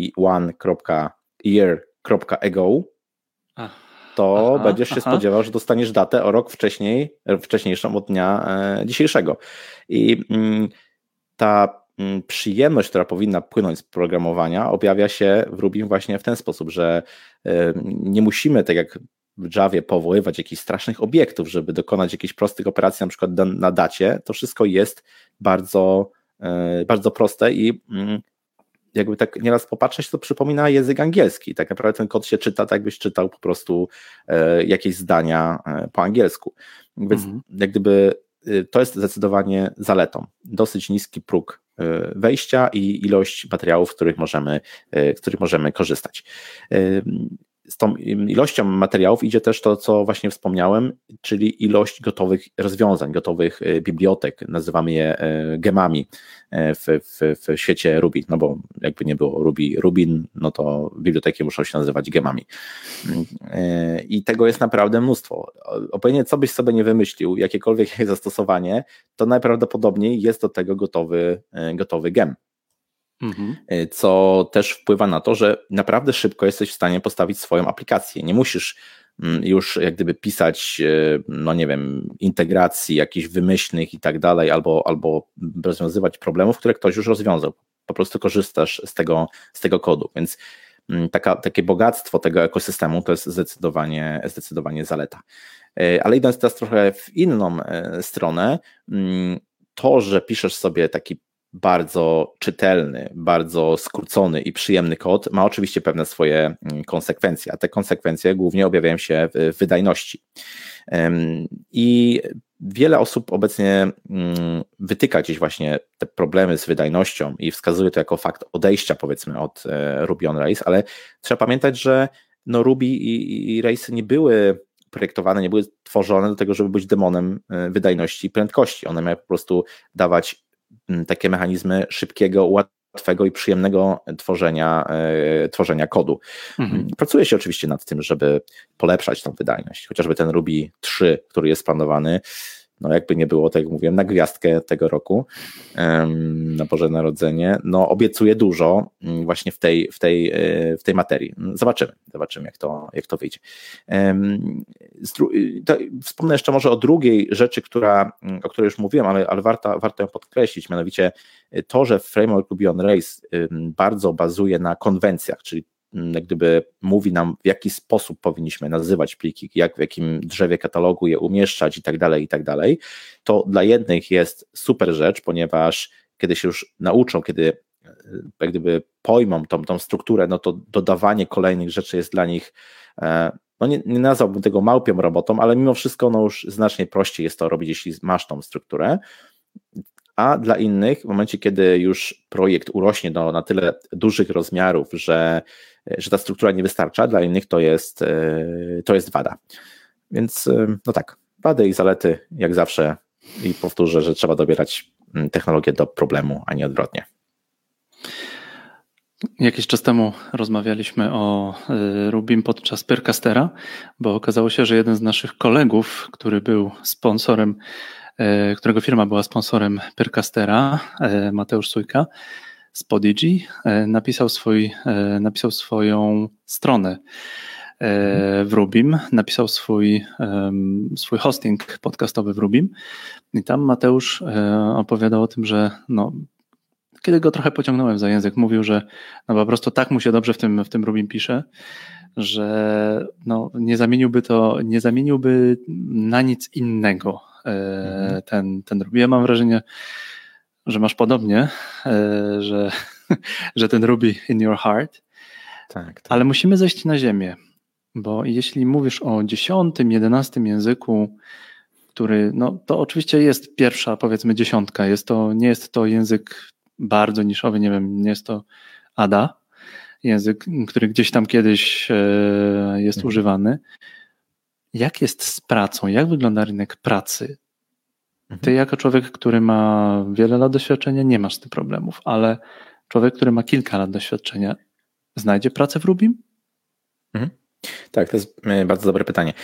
1.year.ago, to będziesz się spodziewał, że dostaniesz datę o rok wcześniejszą od dnia dzisiejszego. I ta przyjemność, która powinna płynąć z programowania, objawia się w Ruby właśnie w ten sposób, że nie musimy, tak jak w Javie, powoływać jakichś strasznych obiektów, żeby dokonać jakichś prostych operacji, na przykład na dacie. To wszystko jest bardzo, bardzo proste i jakby tak nieraz popatrzeć, to przypomina język angielski. Tak naprawdę ten kod się czyta, tak jakbyś czytał po prostu jakieś zdania po angielsku. Więc jak gdyby to jest zdecydowanie zaletą. Dosyć niski próg wejścia i ilość materiałów, z których możemy korzystać. Z tą ilością materiałów idzie też to, co właśnie wspomniałem, czyli ilość gotowych rozwiązań, gotowych bibliotek, nazywamy je gemami w świecie Ruby, no bo jakby nie było Rubin, no to biblioteki muszą się nazywać gemami. I tego jest naprawdę mnóstwo. Obojętnie co byś sobie nie wymyślił, jakiekolwiek zastosowanie, to najprawdopodobniej jest do tego gotowy gem. co też wpływa na to, że naprawdę szybko jesteś w stanie postawić swoją aplikację. Nie musisz już jak gdyby pisać, no nie wiem, integracji jakichś wymyślnych i tak dalej, albo rozwiązywać problemów, które ktoś już rozwiązał. Po prostu korzystasz z tego kodu, więc takie bogactwo tego ekosystemu to jest zdecydowanie zaleta. Ale idąc teraz trochę w inną stronę, to, że piszesz sobie taki bardzo czytelny, bardzo skrócony i przyjemny kod ma oczywiście pewne swoje konsekwencje, a te konsekwencje głównie objawiają się w wydajności. I wiele osób obecnie wytyka gdzieś właśnie te problemy z wydajnością i wskazuje to jako fakt odejścia, powiedzmy, od Ruby on Rails, ale trzeba pamiętać, że no Ruby i Railsy nie były projektowane, nie były tworzone do tego, żeby być demonem wydajności i prędkości. One miały po prostu dawać takie mechanizmy szybkiego, łatwego i przyjemnego tworzenia kodu. Pracuje się oczywiście nad tym, żeby polepszać tą wydajność. Chociażby ten Ruby 3, który jest planowany, no jakby nie było, tak jak mówiłem, na gwiazdkę tego roku, na Boże Narodzenie, no obiecuje dużo właśnie w tej materii. Zobaczymy, jak to wyjdzie. Wspomnę jeszcze może o drugiej rzeczy, o której już mówiłem, ale warto ją podkreślić, mianowicie to, że framework Ruby on Rails bardzo bazuje na konwencjach, czyli jak gdyby mówi nam, w jaki sposób powinniśmy nazywać pliki, w jakim drzewie katalogu je umieszczać i tak dalej, to dla jednych jest super rzecz, ponieważ kiedy się już nauczą, kiedy jak gdyby pojmą tą strukturę, no to dodawanie kolejnych rzeczy jest dla nich, no nie nazwałbym tego małpią robotą, ale mimo wszystko no już znacznie prościej jest to robić, jeśli masz tą strukturę. A dla innych, w momencie, kiedy już projekt urośnie na tyle dużych rozmiarów, że ta struktura nie wystarcza, dla innych to jest wada. Więc no tak, wady i zalety jak zawsze i powtórzę, że trzeba dobierać technologię do problemu, a nie odwrotnie. Jakiś czas temu rozmawialiśmy o Rubim podczas Pyrcastera, bo okazało się, że jeden z naszych kolegów, który był sponsorem, którego firma była sponsorem Pyrcastera, Mateusz Sujka z Podigy, napisał swoją stronę w Rubim, napisał swój hosting podcastowy w Rubim i tam Mateusz opowiadał o tym, że no, kiedy go trochę pociągnąłem za język, mówił, że no po prostu tak mu się dobrze w tym Rubim pisze, że no nie zamieniłby na nic innego ten Ruby. Ja mam wrażenie, że masz podobnie, że ten Ruby in your heart, tak. Ale musimy zejść na ziemię, bo jeśli mówisz o 10., 11 języku, który, no to oczywiście jest pierwsza, powiedzmy 10, nie jest to język bardzo niszowy, nie wiem, nie jest to Ada, język, który gdzieś tam kiedyś jest używany. Jak jest z pracą? Jak wygląda rynek pracy? Ty jako człowiek, który ma wiele lat doświadczenia, nie masz tych problemów, ale człowiek, który ma kilka lat doświadczenia, znajdzie pracę w Rubim? Tak, to jest bardzo dobre pytanie.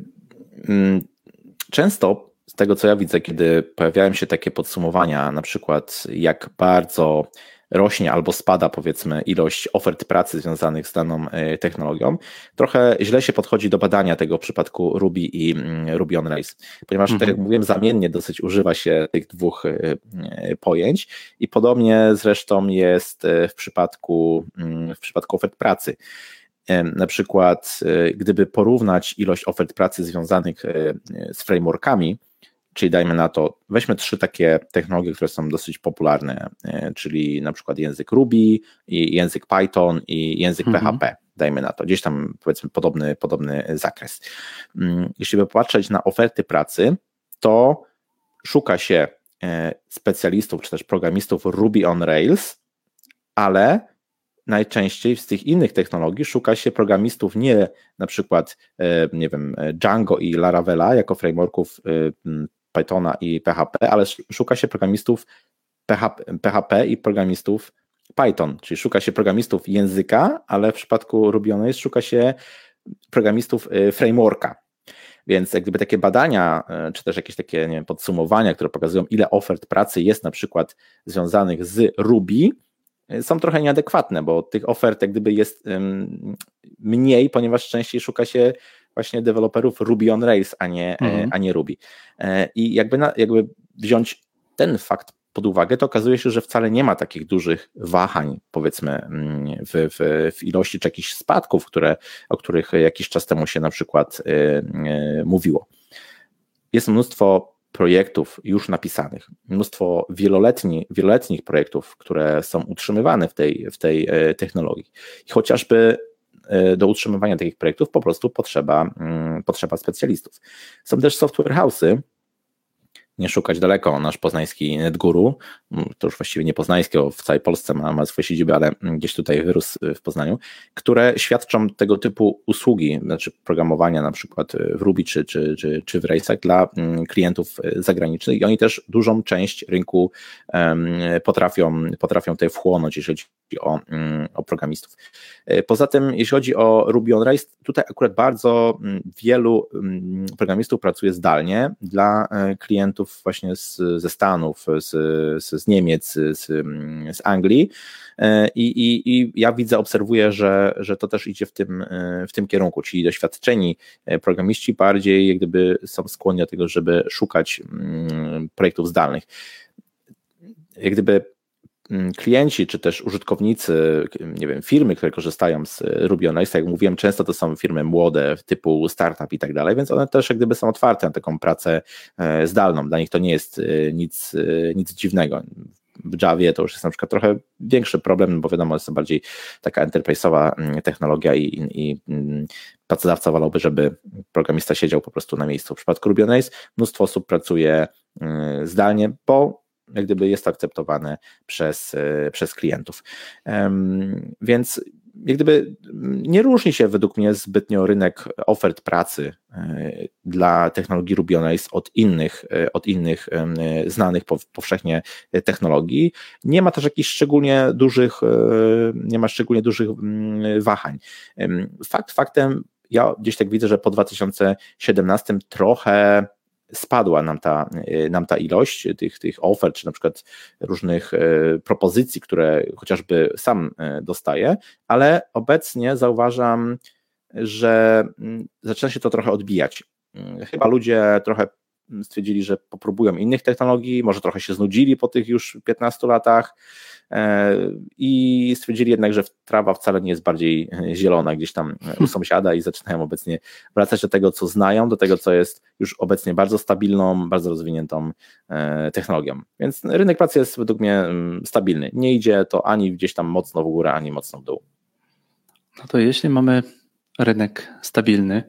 Często z tego, co ja widzę, kiedy pojawiają się takie podsumowania, na przykład jak bardzo rośnie albo spada, powiedzmy, ilość ofert pracy związanych z daną technologią, trochę źle się podchodzi do badania tego w przypadku Ruby i Ruby on Rails, ponieważ, tak jak mówiłem, zamiennie dosyć używa się tych dwóch pojęć i podobnie zresztą jest w przypadku ofert pracy. Na przykład, gdyby porównać ilość ofert pracy związanych z frameworkami, czyli dajmy na to, weźmy 3 takie technologie, które są dosyć popularne, czyli na przykład język Ruby, i język Python i język PHP, dajmy na to, gdzieś tam powiedzmy podobny zakres. Jeśli by popatrzeć na oferty pracy, to szuka się specjalistów czy też programistów Ruby on Rails, ale najczęściej z tych innych technologii szuka się programistów nie na przykład, nie wiem, Django i Laravela jako frameworków Pythona i PHP, ale szuka się programistów PHP i programistów Python, czyli szuka się programistów języka, ale w przypadku Ruby on Rails szuka się programistów frameworka. Więc jak gdyby takie badania, czy też jakieś takie, nie wiem, podsumowania, które pokazują, ile ofert pracy jest na przykład związanych z Ruby, są trochę nieadekwatne, bo tych ofert jak gdyby jest mniej, ponieważ częściej szuka się właśnie deweloperów Ruby on Rails, a nie Ruby. I jakby wziąć ten fakt pod uwagę, to okazuje się, że wcale nie ma takich dużych wahań, powiedzmy, w ilości czy jakichś spadków, o których jakiś czas temu się na przykład mówiło. Jest mnóstwo projektów już napisanych, mnóstwo wieloletnich projektów, które są utrzymywane w tej technologii. I chociażby do utrzymywania takich projektów po prostu potrzeba specjalistów. Są też software house'y, nie szukać daleko, nasz poznański NetGuru, to już właściwie nie poznański, w całej Polsce ma swoje siedziby, ale gdzieś tutaj wyrósł w Poznaniu, które świadczą tego typu usługi, znaczy programowania na przykład w Ruby czy w Railsach dla klientów zagranicznych i oni też dużą część rynku potrafią tutaj wchłonąć, jeżeli chodzi o programistów. Poza tym, jeśli chodzi o Ruby on Rails, tutaj akurat bardzo wielu programistów pracuje zdalnie dla klientów właśnie ze Stanów, z Niemiec, z Anglii i ja obserwuję, że to też idzie w tym kierunku, czyli doświadczeni programiści bardziej jak gdyby są skłonni do tego, żeby szukać projektów zdalnych. Jak gdyby klienci, czy też użytkownicy, nie wiem, firmy, które korzystają z Ruby on Rails, jak mówiłem, często to są firmy młode, typu startup i tak dalej, więc one też jak gdyby są otwarte na taką pracę zdalną. Dla nich to nie jest nic dziwnego. W Javie to już jest na przykład trochę większy problem, bo wiadomo, jest to bardziej taka enterprise'owa technologia i pracodawca wolałby, żeby programista siedział po prostu na miejscu. W przypadku Ruby on Rails mnóstwo osób pracuje zdalnie, bo jak gdyby jest to akceptowane przez klientów. Więc jak gdyby nie różni się według mnie zbytnio rynek ofert pracy dla technologii Ruby on Rails od innych znanych powszechnie technologii. Nie ma też jakichś szczególnie dużych wahań. Faktem, ja gdzieś tak widzę, że po 2017 trochę spadła nam ta ilość tych ofert, czy na przykład różnych propozycji, które chociażby sam dostaję, ale obecnie zauważam, że zaczyna się to trochę odbijać. Chyba ludzie trochę stwierdzili, że popróbują innych technologii, może trochę się znudzili po tych już 15 latach i stwierdzili jednak, że trawa wcale nie jest bardziej zielona gdzieś tam u sąsiada i zaczynają obecnie wracać do tego, co znają, do tego, co jest już obecnie bardzo stabilną, bardzo rozwiniętą technologią. Więc rynek pracy jest według mnie stabilny. Nie idzie to ani gdzieś tam mocno w górę, ani mocno w dół. No to jeśli mamy rynek stabilny,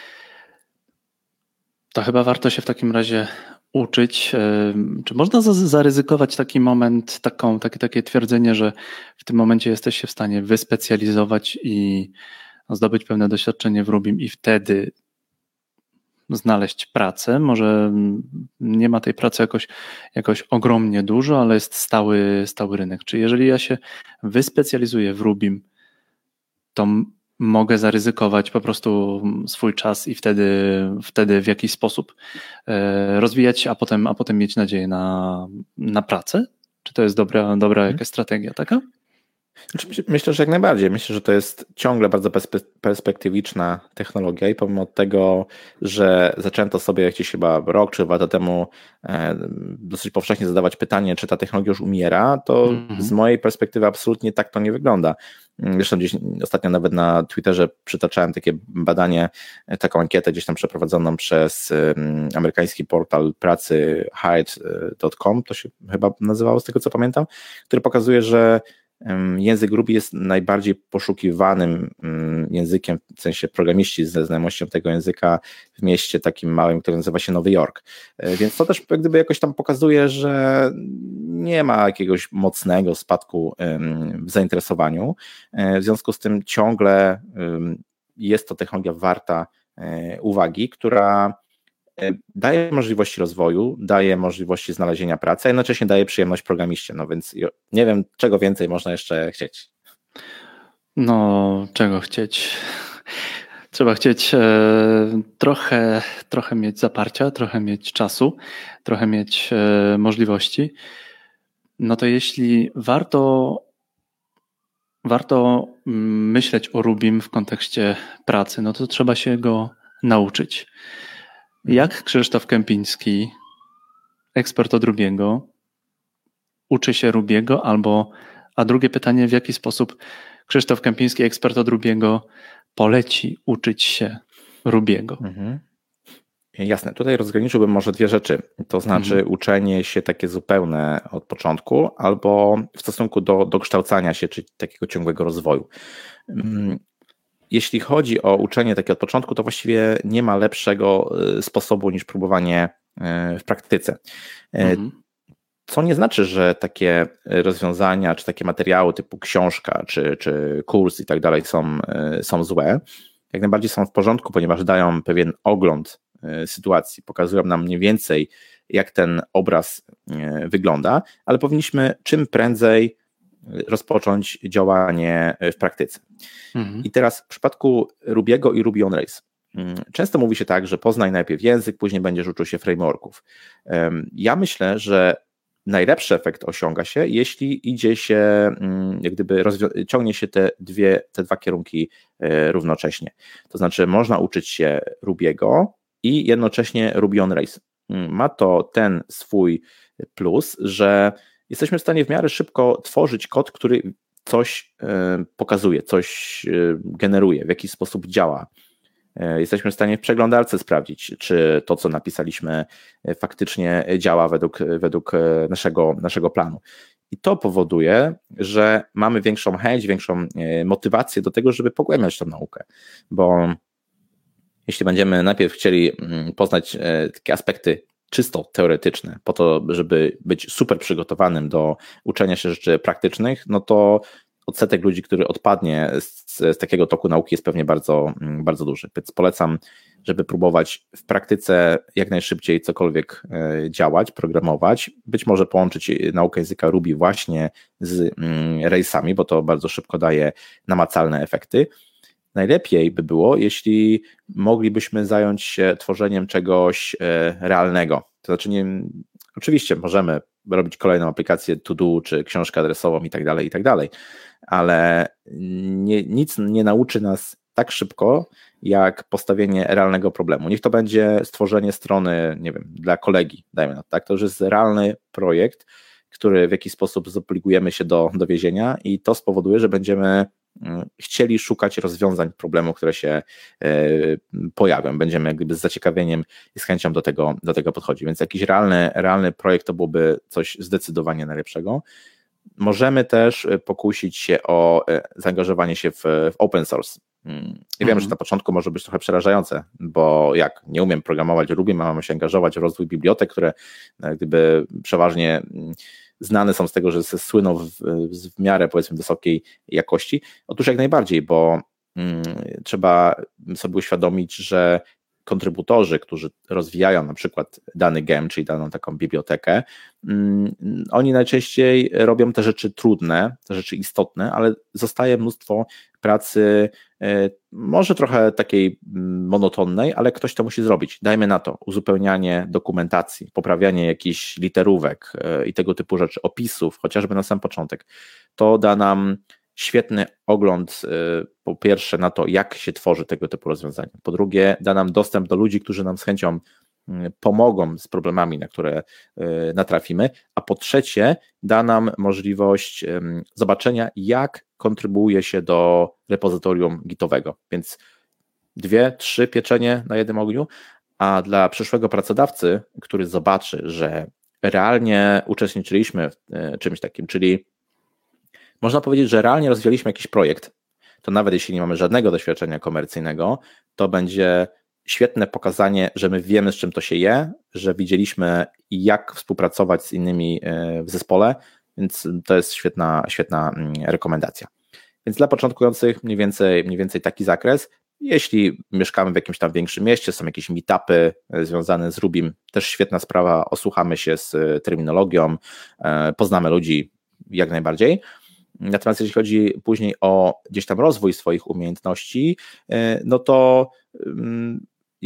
to chyba warto się w takim razie uczyć. Czy można zaryzykować taki moment, takie twierdzenie, że w tym momencie jesteś się w stanie wyspecjalizować i zdobyć pewne doświadczenie w Rubim i wtedy znaleźć pracę? Może nie ma tej pracy jakoś ogromnie dużo, ale jest stały rynek. Czy jeżeli ja się wyspecjalizuję w Rubim, to mogę zaryzykować po prostu swój czas i wtedy w jakiś sposób rozwijać, a potem mieć nadzieję na pracę? Czy to jest dobra jakaś strategia taka? Myślę, że jak najbardziej. Myślę, że to jest ciągle bardzo perspektywiczna technologia i pomimo tego, że zaczęto sobie gdzieś chyba rok czy 2 lata temu dosyć powszechnie zadawać pytanie, czy ta technologia już umiera, to z mojej perspektywy absolutnie tak to nie wygląda. Zresztą gdzieś ostatnio nawet na Twitterze przytaczałem takie badanie, taką ankietę gdzieś tam przeprowadzoną przez amerykański portal pracy hired.com, to się chyba nazywało z tego co pamiętam, który pokazuje, że język Ruby jest najbardziej poszukiwanym językiem, w sensie programiści ze znajomością tego języka w mieście takim małym, które nazywa się Nowy Jork. Więc to też jak gdyby jakoś tam pokazuje, że nie ma jakiegoś mocnego spadku w zainteresowaniu. W związku z tym ciągle jest to technologia warta uwagi, która daje możliwości rozwoju, daje możliwości znalezienia pracy, a jednocześnie daje przyjemność programiście, no więc nie wiem, czego więcej można jeszcze chcieć. No, czego chcieć? Trzeba chcieć trochę mieć zaparcia, trochę mieć czasu, trochę mieć możliwości. No to jeśli warto warto myśleć o Rubim w kontekście pracy, no to trzeba się go nauczyć. Jak Krzysztof Kępiński, ekspert od Rubiego, uczy się Rubiego, a drugie pytanie, w jaki sposób Krzysztof Kępiński, ekspert od Rubiego, poleci uczyć się Rubiego? Jasne, tutaj rozgraniczyłbym może dwie rzeczy, to znaczy uczenie się takie zupełne od początku albo w stosunku do kształcania się, czy takiego ciągłego rozwoju. Jeśli chodzi o uczenie takie od początku, to właściwie nie ma lepszego sposobu niż próbowanie w praktyce. Co nie znaczy, że takie rozwiązania, czy takie materiały typu książka, czy kurs i tak dalej są złe. Jak najbardziej są w porządku, ponieważ dają pewien ogląd sytuacji, pokazują nam mniej więcej, jak ten obraz wygląda, ale powinniśmy czym prędzej rozpocząć działanie w praktyce. I teraz w przypadku Rubiego i Ruby on Rails często mówi się tak, że poznaj najpierw język, później będziesz uczył się frameworków. Ja myślę, że najlepszy efekt osiąga się, jeśli idzie się, jak gdyby ciągnie się te dwa kierunki równocześnie. To znaczy można uczyć się Rubiego i jednocześnie Ruby on Rails. Ma to ten swój plus, że jesteśmy w stanie w miarę szybko tworzyć kod, który coś pokazuje, coś generuje, w jakiś sposób działa. Jesteśmy w stanie w przeglądarce sprawdzić, czy to, co napisaliśmy, faktycznie działa według naszego planu. I to powoduje, że mamy większą chęć, większą motywację do tego, żeby pogłębiać tę naukę, bo jeśli będziemy najpierw chcieli poznać takie aspekty czysto teoretyczne, po to, żeby być super przygotowanym do uczenia się rzeczy praktycznych, no to odsetek ludzi, który odpadnie z takiego toku nauki jest pewnie bardzo, bardzo duży. Więc polecam, żeby próbować w praktyce jak najszybciej cokolwiek działać, programować, być może połączyć naukę języka Ruby właśnie z Railsami, bo to bardzo szybko daje namacalne efekty. Najlepiej by było, jeśli moglibyśmy zająć się tworzeniem czegoś realnego. To znaczy, oczywiście możemy robić kolejną aplikację to-do, czy książkę adresową i tak dalej, ale nic nie nauczy nas tak szybko, jak postawienie realnego problemu. Niech to będzie stworzenie strony, nie wiem, dla kolegi, dajmy na to, tak? To już jest realny projekt, który w jakiś sposób zobligujemy się do dowiezienia i to spowoduje, że będziemy chcieli szukać rozwiązań problemów, które się pojawią. Będziemy jak gdyby z zaciekawieniem i z chęcią do tego podchodzić. Więc jakiś realny projekt to byłoby coś zdecydowanie najlepszego. Możemy też pokusić się o zaangażowanie się w open source. Ja wiem, że na początku może być trochę przerażające, bo jak nie umiem programować Ruby, mamy się angażować w rozwój bibliotek, które jak gdyby przeważnie znane są z tego, że słyną w miarę, powiedzmy, wysokiej jakości. Otóż jak najbardziej, bo trzeba sobie uświadomić, że kontrybutorzy, którzy rozwijają na przykład dany gem, czyli daną taką bibliotekę, oni najczęściej robią te rzeczy trudne, te rzeczy istotne, ale zostaje mnóstwo pracy, może trochę takiej monotonnej, ale ktoś to musi zrobić. Dajmy na to uzupełnianie dokumentacji, poprawianie jakichś literówek i tego typu rzeczy, opisów, chociażby na sam początek. To da nam świetny ogląd, po pierwsze na to, jak się tworzy tego typu rozwiązania. Po drugie, da nam dostęp do ludzi, którzy nam z chęcią pomogą z problemami, na które natrafimy, a po trzecie, da nam możliwość zobaczenia, jak kontrybuuje się do repozytorium gitowego. Więc 2-3 pieczenie na jednym ogniu, a dla przyszłego pracodawcy, który zobaczy, że realnie uczestniczyliśmy w czymś takim, czyli można powiedzieć, że realnie rozwijaliśmy jakiś projekt, to nawet jeśli nie mamy żadnego doświadczenia komercyjnego, to będzie świetne pokazanie, że my wiemy, z czym to się je, że widzieliśmy, jak współpracować z innymi w zespole, więc to jest świetna rekomendacja. Więc dla początkujących mniej więcej taki zakres. Jeśli mieszkamy w jakimś tam większym mieście, są jakieś meetupy związane z Rubim, też świetna sprawa, osłuchamy się z terminologią, poznamy ludzi jak najbardziej. Natomiast jeśli chodzi później o gdzieś tam rozwój swoich umiejętności, no to jest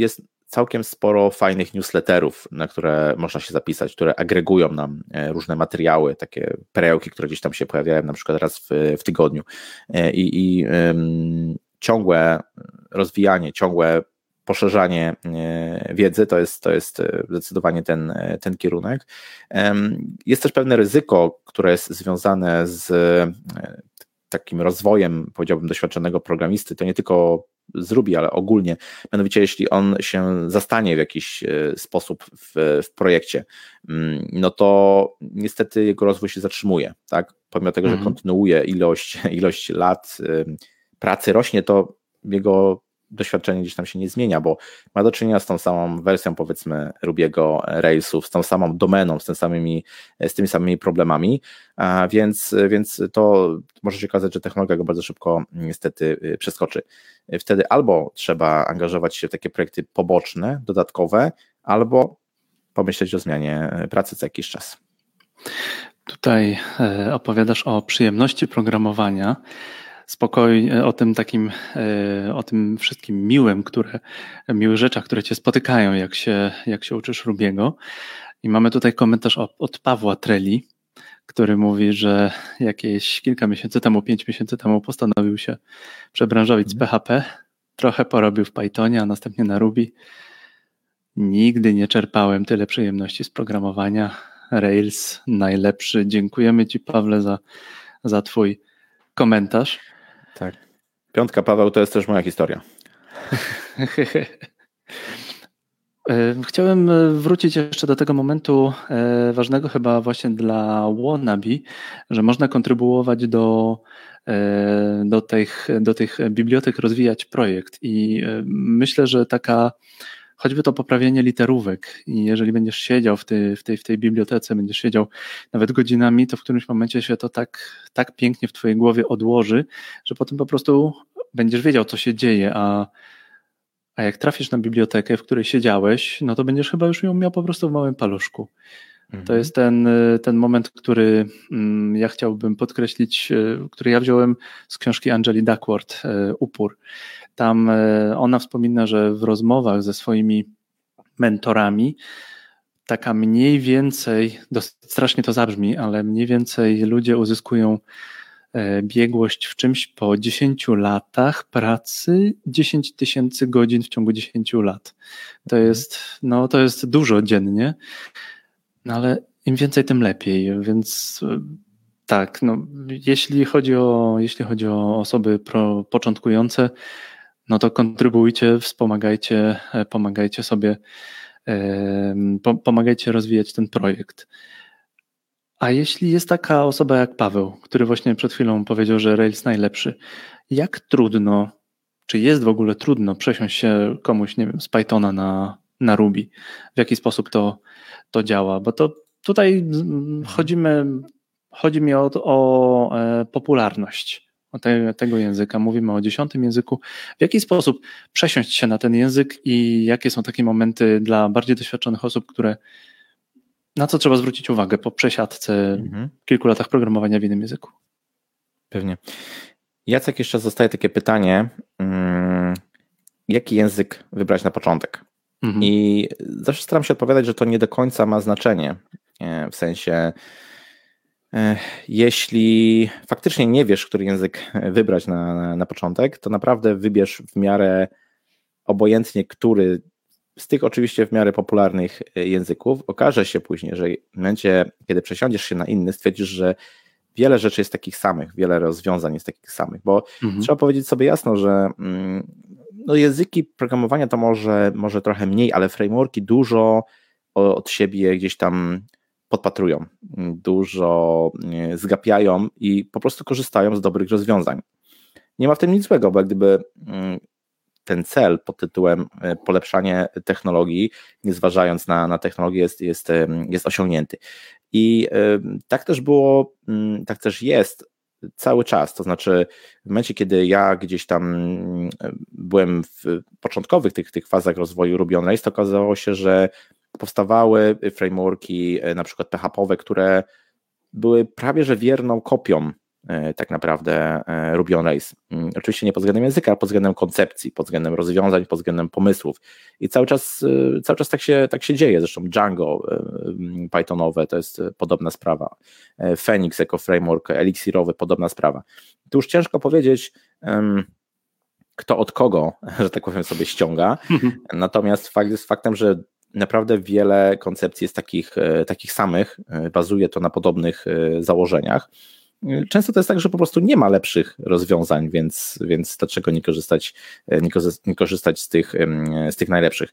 całkiem sporo fajnych newsletterów, na które można się zapisać, które agregują nam różne materiały, takie perełki, które gdzieś tam się pojawiają na przykład raz w tygodniu i ciągłe rozwijanie, ciągłe poszerzanie wiedzy to jest zdecydowanie ten kierunek. Jest też pewne ryzyko, które jest związane z takim rozwojem, powiedziałbym, doświadczonego programisty, to nie tylko z Ruby, ale ogólnie, mianowicie jeśli on się zastanie w jakiś sposób w projekcie, no to niestety jego rozwój się zatrzymuje, tak? Pomimo tego, że kontynuuje ilość lat pracy rośnie, to jego doświadczenie gdzieś tam się nie zmienia, bo ma do czynienia z tą samą wersją, powiedzmy, Ruby'ego Railsów, z tą samą domeną, z tymi samymi problemami, więc to może się okazać, że technologia go bardzo szybko niestety przeskoczy. Wtedy albo trzeba angażować się w takie projekty poboczne, dodatkowe, albo pomyśleć o zmianie pracy co jakiś czas. Tutaj opowiadasz o przyjemności programowania, spokojnie o tym takim, o tym wszystkim miłych rzeczach, które cię spotykają, jak się uczysz Rubiego. I mamy tutaj komentarz od Pawła Treli, który mówi, że jakieś kilka miesięcy temu, 5 miesięcy temu postanowił się przebranżowić z PHP, trochę porobił w Pythonie, a następnie na Ruby. Nigdy nie czerpałem tyle przyjemności z programowania. Rails najlepszy. Dziękujemy Ci, Pawle, za Twój komentarz. Tak. 5, Paweł, to jest też moja historia. Chciałem wrócić jeszcze do tego momentu ważnego chyba właśnie dla wannabe, że można kontrybuować do tych bibliotek, rozwijać projekt i myślę, że choćby to poprawienie literówek i jeżeli będziesz siedział w tej bibliotece, będziesz siedział nawet godzinami, to w którymś momencie się to tak pięknie w twojej głowie odłoży, że potem po prostu będziesz wiedział, co się dzieje, a jak trafisz na bibliotekę, w której siedziałeś, no to będziesz chyba już ją miał po prostu w małym paluszku. To jest ten moment, który ja chciałbym podkreślić, który ja wziąłem z książki Angeli Duckworth, Upór. Tam ona wspomina, że w rozmowach ze swoimi mentorami taka mniej więcej, strasznie to zabrzmi, ale mniej więcej ludzie uzyskują biegłość w czymś po 10 latach pracy, 10 000 godzin w ciągu 10 lat. To jest dużo dziennie, no ale im więcej, tym lepiej, więc tak, no, jeśli chodzi o osoby początkujące, no to kontrybujcie, pomagajcie sobie, pomagajcie rozwijać ten projekt. A jeśli jest taka osoba jak Paweł, który właśnie przed chwilą powiedział, że Rails najlepszy, jak trudno, czy jest w ogóle trudno przesiąść się komuś, nie wiem, z Pythona na Ruby? W jaki sposób to działa? Bo to tutaj chodzi mi o popularność tego języka. Mówimy o 10. języku. W jaki sposób przesiąść się na ten język i jakie są takie momenty dla bardziej doświadczonych osób, na co trzeba zwrócić uwagę po przesiadce, kilku latach programowania w innym języku? Pewnie. Jacek, jeszcze zostaje takie pytanie, jaki język wybrać na początek? I zawsze staram się odpowiadać, że to nie do końca ma znaczenie. W sensie, jeśli faktycznie nie wiesz, który język wybrać na początek, to naprawdę wybierz w miarę obojętnie, który z tych oczywiście w miarę popularnych języków. Okaże się później, że w momencie, kiedy przesiądziesz się na inny, stwierdzisz, że wiele rzeczy jest takich samych, wiele rozwiązań jest takich samych, bo trzeba powiedzieć sobie jasno, że języki programowania to może trochę mniej, ale frameworki dużo od siebie gdzieś tam podpatrują, dużo zgapiają i po prostu korzystają z dobrych rozwiązań. Nie ma w tym nic złego, bo jak gdyby ten cel pod tytułem polepszanie technologii, nie zważając na technologię, jest osiągnięty. I tak też było, tak też jest cały czas, to znaczy w momencie, kiedy ja gdzieś tam byłem w początkowych tych fazach rozwoju Ruby on Rails, to okazało się, że powstawały frameworki na przykład PHP-owe, które były prawie że wierną kopią tak naprawdę Ruby on Rails. Oczywiście nie pod względem języka, ale pod względem koncepcji, pod względem rozwiązań, pod względem pomysłów. I cały czas tak się dzieje. Zresztą Django Pythonowe to jest podobna sprawa. Phoenix jako framework eliksirowy, podobna sprawa. Tu już ciężko powiedzieć, kto od kogo, że tak powiem, sobie ściąga. Natomiast fakt jest faktem, że naprawdę wiele koncepcji jest takich samych, bazuje to na podobnych założeniach. Często to jest tak, że po prostu nie ma lepszych rozwiązań, więc dlaczego nie korzystać z tych najlepszych.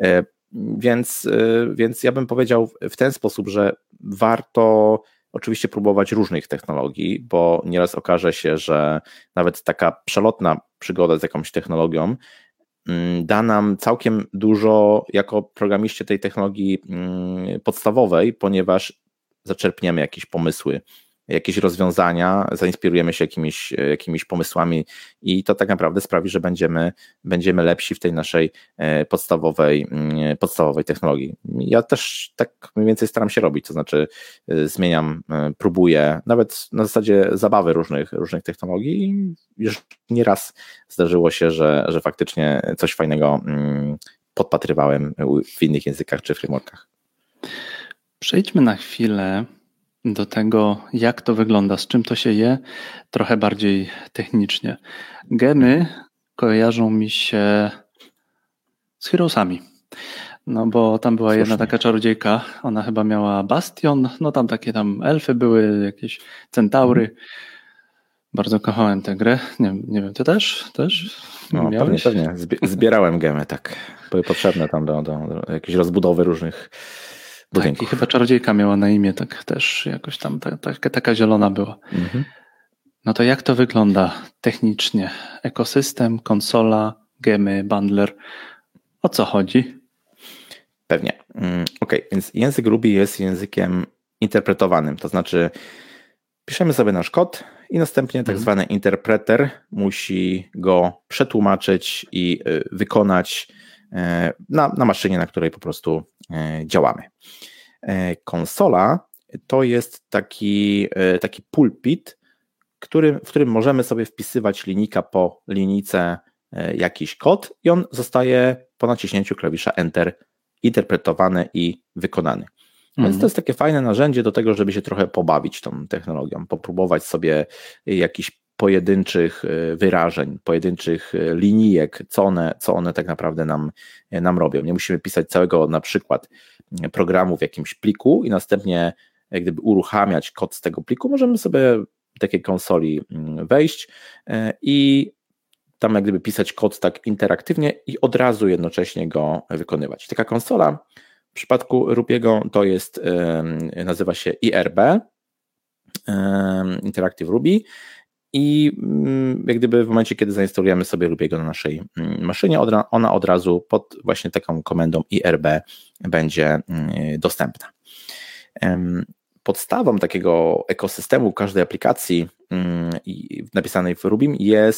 Więc ja bym powiedział w ten sposób, że warto oczywiście próbować różnych technologii, bo nieraz okaże się, że nawet taka przelotna przygoda z jakąś technologią da nam całkiem dużo jako programiści tej technologii podstawowej, ponieważ zaczerpniemy jakieś pomysły, jakieś rozwiązania, zainspirujemy się jakimiś pomysłami i to tak naprawdę sprawi, że będziemy lepsi w tej naszej podstawowej technologii. Ja też tak mniej więcej staram się robić, to znaczy zmieniam, próbuję, nawet na zasadzie zabawy różnych technologii i już nieraz zdarzyło się, że faktycznie coś fajnego podpatrywałem w innych językach czy frameworkach. Przejdźmy na chwilę do tego, jak to wygląda, z czym to się je, trochę bardziej technicznie. Gemy kojarzą mi się z Heroesami, no bo tam była jedna taka czarodziejka, ona chyba miała bastion, no tam takie elfy były, jakieś centaury. Bardzo kochałem tę grę. Nie wiem, ty też? No, pewnie. Zbierałem gemy, tak. Były potrzebne tam do jakiejś rozbudowy różnych budynków. Tak, i chyba czarodziejka miała na imię, tak też jakoś tam taka zielona była. No to jak to wygląda technicznie? Ekosystem, konsola, gemy, bundler. O co chodzi? Pewnie. Okej, więc język Ruby jest językiem interpretowanym, to znaczy piszemy sobie nasz kod i następnie tak zwany interpreter musi go przetłumaczyć i wykonać na maszynie, na której po prostu działamy. Konsola to jest taki pulpit, w którym możemy sobie wpisywać linijka po linijce jakiś kod i on zostaje po naciśnięciu klawisza Enter interpretowany i wykonany. Więc to jest takie fajne narzędzie do tego, żeby się trochę pobawić tą technologią, popróbować sobie jakichś pojedynczych wyrażeń, pojedynczych linijek, co one tak naprawdę nam robią. Nie musimy pisać całego na przykład programu w jakimś pliku i następnie jak gdyby uruchamiać kod z tego pliku, możemy sobie w takiej konsoli wejść i tam jak gdyby pisać kod tak interaktywnie i od razu jednocześnie go wykonywać. Taka konsola w przypadku Rubiego to jest, nazywa się IRB, Interactive Ruby, i jak gdyby w momencie, kiedy zainstalujemy sobie Rubiego na naszej maszynie, ona od razu pod właśnie taką komendą IRB będzie dostępna. Podstawą takiego ekosystemu każdej aplikacji napisanej w Rubim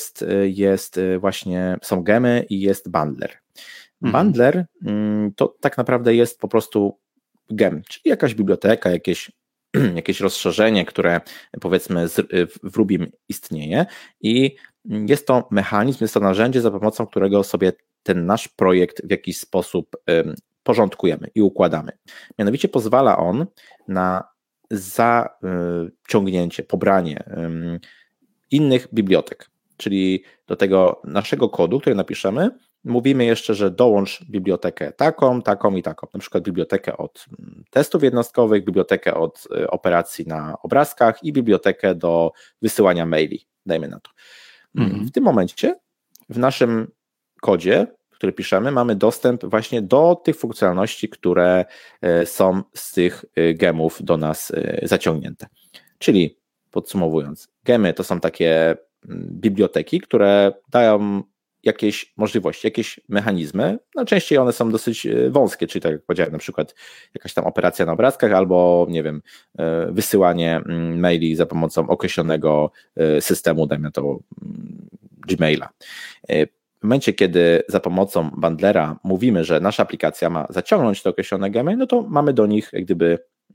są gemy i jest bundler. Bundler to tak naprawdę jest po prostu gem, czyli jakaś biblioteka, jakieś rozszerzenie, które powiedzmy w Rubim istnieje i jest to mechanizm, jest to narzędzie, za pomocą którego sobie ten nasz projekt w jakiś sposób porządkujemy i układamy. Mianowicie pozwala on na zaciągnięcie, pobranie innych bibliotek, czyli do tego naszego kodu, który napiszemy, mówimy jeszcze, że dołącz bibliotekę taką, taką i taką, na przykład bibliotekę od testów jednostkowych, bibliotekę od operacji na obrazkach i bibliotekę do wysyłania maili, dajmy na to. W tym momencie w naszym kodzie, który piszemy, mamy dostęp właśnie do tych funkcjonalności, które są z tych gemów do nas zaciągnięte. Czyli podsumowując, gemy to są takie biblioteki, które dają jakieś możliwości, jakieś mechanizmy. Najczęściej one są dosyć wąskie, czyli tak jak powiedziałem, na przykład jakaś tam operacja na obrazkach albo, nie wiem, wysyłanie maili za pomocą określonego systemu, dajmy to Gmaila. W momencie, kiedy za pomocą bundlera mówimy, że nasza aplikacja ma zaciągnąć te określone gemy, no to mamy do nich jak gdyby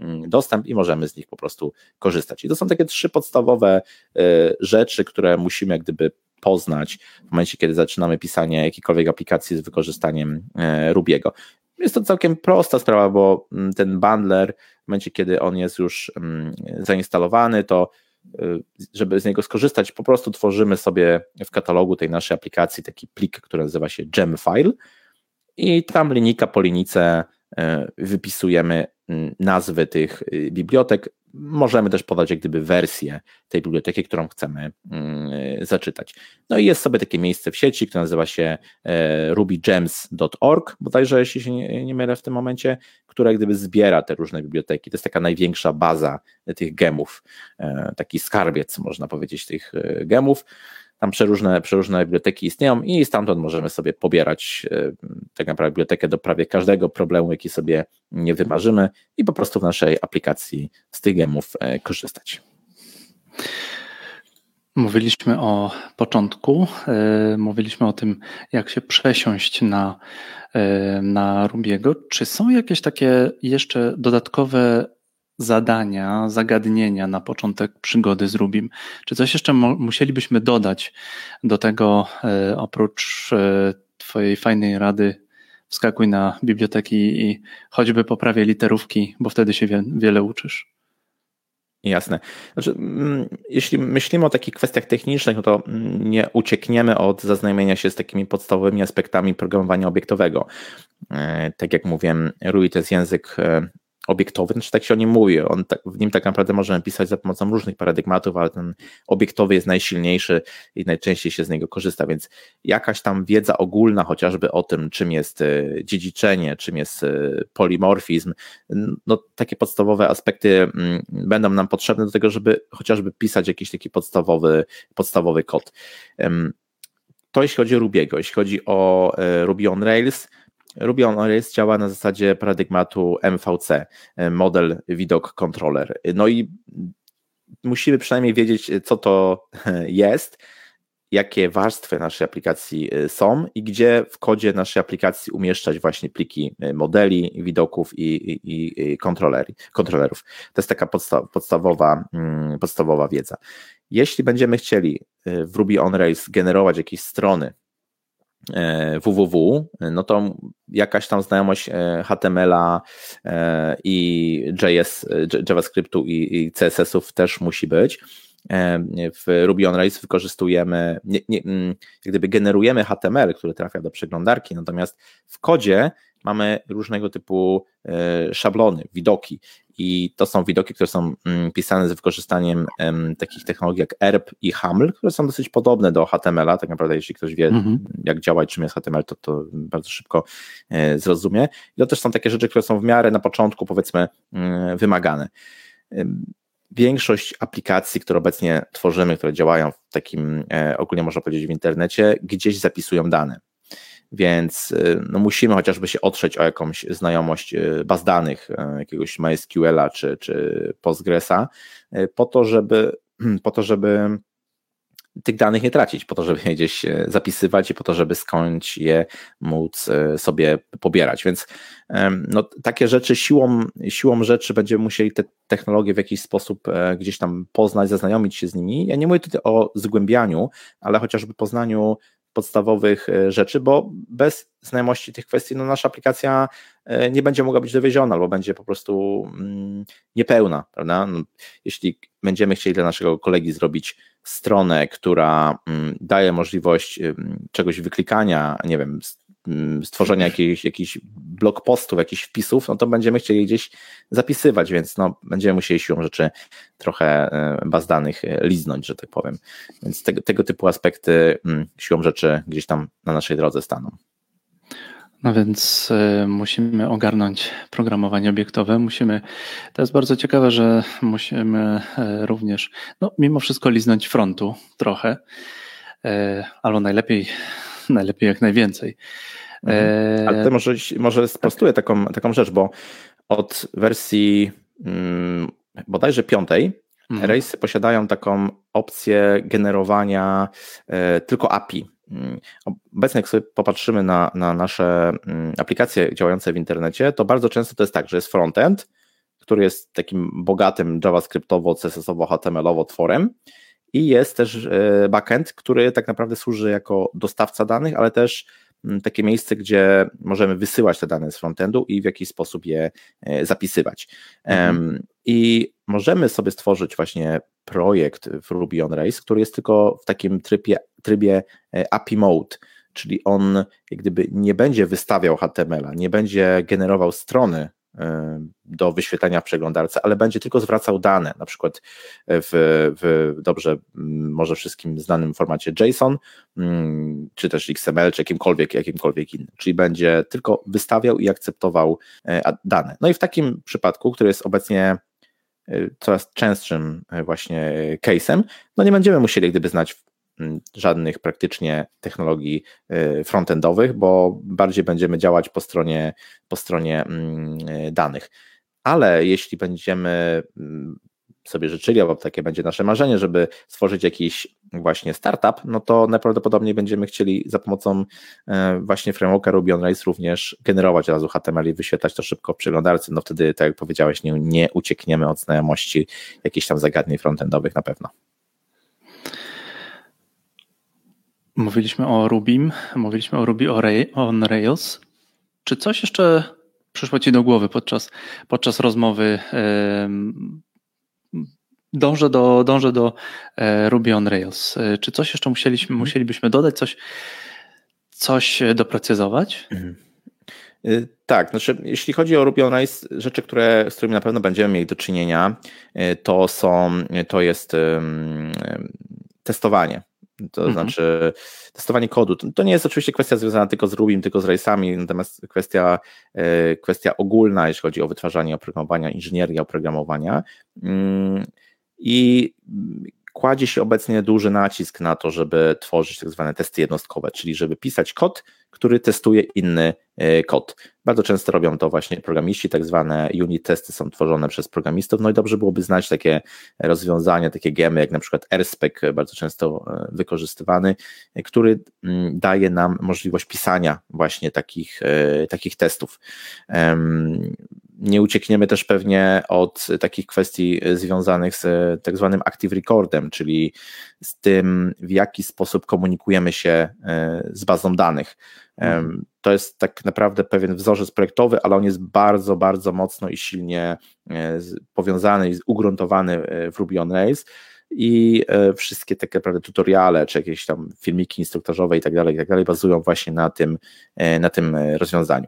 dostęp i możemy z nich po prostu korzystać. I to są takie 3 podstawowe rzeczy, które musimy jak gdyby poznać w momencie, kiedy zaczynamy pisanie jakiejkolwiek aplikacji z wykorzystaniem Rubiego. Jest to całkiem prosta sprawa, bo ten bundler w momencie, kiedy on jest już zainstalowany, to żeby z niego skorzystać, po prostu tworzymy sobie w katalogu tej naszej aplikacji taki plik, który nazywa się gemfile i tam linijka po linijce wypisujemy nazwy tych bibliotek. Możemy też podać jak gdyby wersję tej biblioteki, którą chcemy zaczytać. No i jest sobie takie miejsce w sieci, które nazywa się rubygems.org, bodajże jeśli się nie mylę w tym momencie, które jak gdyby zbiera te różne biblioteki. To jest taka największa baza tych gemów, taki skarbiec można powiedzieć tych gemów. Tam przeróżne biblioteki istnieją i stamtąd możemy sobie pobierać tak naprawdę bibliotekę do prawie każdego problemu, jaki sobie nie wymarzymy i po prostu w naszej aplikacji z tych gemów korzystać. Mówiliśmy o początku, mówiliśmy o tym, jak się przesiąść na Rubiego. Czy są jakieś takie jeszcze dodatkowe zadania, zagadnienia na początek przygody z Rubim? Czy coś jeszcze musielibyśmy dodać do tego, oprócz twojej fajnej rady, wskakuj na biblioteki i choćby poprawię literówki, bo wtedy się wiele uczysz? Jasne. Znaczy, jeśli myślimy o takich kwestiach technicznych, no to nie uciekniemy od zaznajomienia się z takimi podstawowymi aspektami programowania obiektowego. Tak jak mówiłem, Ruby to jest język obiektowy, znaczy tak się o nim mówi, w nim tak naprawdę możemy pisać za pomocą różnych paradygmatów, ale ten obiektowy jest najsilniejszy i najczęściej się z niego korzysta, więc jakaś tam wiedza ogólna chociażby o tym, czym jest dziedziczenie, czym jest polimorfizm, no takie podstawowe aspekty będą nam potrzebne do tego, żeby chociażby pisać jakiś taki podstawowy kod. To jeśli chodzi o Rubiego, jeśli chodzi o Ruby on Rails, Ruby on Rails działa na zasadzie paradygmatu MVC, Model Widok Controller. No i musimy przynajmniej wiedzieć, co to jest, jakie warstwy naszej aplikacji są i gdzie w kodzie naszej aplikacji umieszczać właśnie pliki modeli, widoków i kontrolerów. To jest taka podstawowa wiedza. Jeśli będziemy chcieli w Ruby on Rails generować jakieś strony www, no to jakaś tam znajomość HTML-a i JavaScriptu i CSS-ów też musi być. W Ruby on Rails wykorzystujemy, jak gdyby generujemy HTML, który trafia do przeglądarki, natomiast w kodzie mamy różnego typu szablony, widoki i to są widoki, które są pisane z wykorzystaniem takich technologii jak ERB i HAML, które są dosyć podobne do HTML-a, tak naprawdę jeśli ktoś wie jak działa i czym jest HTML, to bardzo szybko zrozumie. I to też są takie rzeczy, które są w miarę na początku powiedzmy wymagane. Większość aplikacji, które obecnie tworzymy, które działają w takim, ogólnie można powiedzieć w internecie, gdzieś zapisują dane. Więc no, musimy chociażby się otrzeć o jakąś znajomość baz danych, jakiegoś MySQL-a czy Postgresa, po to, żeby tych danych nie tracić, po to, żeby je gdzieś zapisywać i po to, żeby skądś je móc sobie pobierać. Więc no, takie rzeczy siłą rzeczy będziemy musieli te technologie w jakiś sposób gdzieś tam poznać, zaznajomić się z nimi. Ja nie mówię tutaj o zgłębianiu, ale chociażby poznaniu podstawowych rzeczy, bo bez znajomości tych kwestii no nasza aplikacja nie będzie mogła być dowieziona albo będzie po prostu niepełna, prawda? No, jeśli będziemy chcieli dla naszego kolegi zrobić stronę, która daje możliwość czegoś wyklikania, nie wiem, stworzenia jakichś blog postów, jakichś wpisów, no to będziemy chcieli gdzieś zapisywać, więc no, będziemy musieli siłą rzeczy trochę baz danych liznąć, że tak powiem. Więc tego typu aspekty siłą rzeczy gdzieś tam na naszej drodze staną. No więc musimy ogarnąć programowanie obiektowe, to jest bardzo ciekawe, że musimy również, no mimo wszystko liznąć frontu trochę, albo najlepiej jak najwięcej. Ale to może sprostuję taką rzecz, bo od wersji bodajże 5 Railsy posiadają taką opcję generowania tylko API. Obecnie jak sobie popatrzymy na nasze aplikacje działające w internecie, to bardzo często to jest tak, że jest frontend, który jest takim bogatym JavaScriptowo, CSS-owo, HTML-owo tworem i jest też backend, który tak naprawdę służy jako dostawca danych, ale też takie miejsce, gdzie możemy wysyłać te dane z frontendu i w jakiś sposób je zapisywać. I możemy sobie stworzyć właśnie projekt w Ruby on Rails, który jest tylko w takim trybie API mode, czyli on jak gdyby nie będzie wystawiał HTML-a, nie będzie generował strony do wyświetlenia w przeglądarce, ale będzie tylko zwracał dane, na przykład w dobrze może wszystkim znanym formacie JSON, czy też XML, czy jakimkolwiek innym, czyli będzie tylko wystawiał i akceptował dane. No i w takim przypadku, który jest obecnie coraz częstszym właśnie case'em, no nie będziemy musieli gdyby znać żadnych praktycznie technologii frontendowych, bo bardziej będziemy działać po stronie danych. Ale jeśli będziemy sobie życzyli, albo takie będzie nasze marzenie, żeby stworzyć jakiś właśnie startup, no to najprawdopodobniej będziemy chcieli za pomocą właśnie frameworka Ruby on Rails również generować od razu HTML i wyświetlać to szybko w przeglądarce. No wtedy, tak jak powiedziałeś, nie uciekniemy od znajomości jakichś tam zagadnień frontendowych na pewno. Mówiliśmy o Rubim, mówiliśmy o Ruby on Rails. Czy coś jeszcze przyszło Ci do głowy podczas rozmowy? Dążę do Ruby on Rails. Czy coś jeszcze musielibyśmy dodać, coś doprecyzować? Tak, znaczy jeśli chodzi o Ruby on Rails, rzeczy, z którymi na pewno będziemy mieli do czynienia, to jest testowanie. To znaczy testowanie kodu. To nie jest oczywiście kwestia związana tylko z Rubim, tylko z Railsami, natomiast kwestia ogólna, jeśli chodzi o wytwarzanie oprogramowania, inżynierię oprogramowania. I kładzie się obecnie duży nacisk na to, żeby tworzyć tak zwane testy jednostkowe, czyli żeby pisać kod, który testuje inny kod. Bardzo często robią to właśnie programiści, tak zwane unit testy są tworzone przez programistów, no i dobrze byłoby znać takie rozwiązania, takie gemy, jak na przykład RSpec, bardzo często wykorzystywany, który daje nam możliwość pisania właśnie takich testów. Nie uciekniemy też pewnie od takich kwestii związanych z tak zwanym active recordem, czyli z tym, w jaki sposób komunikujemy się z bazą danych. To jest tak naprawdę pewien wzorzec projektowy, ale on jest bardzo, bardzo mocno i silnie powiązany i ugruntowany w Ruby on Rails i wszystkie takie naprawdę tutoriale, czy jakieś tam filmiki instruktażowe i tak dalej bazują właśnie na tym rozwiązaniu.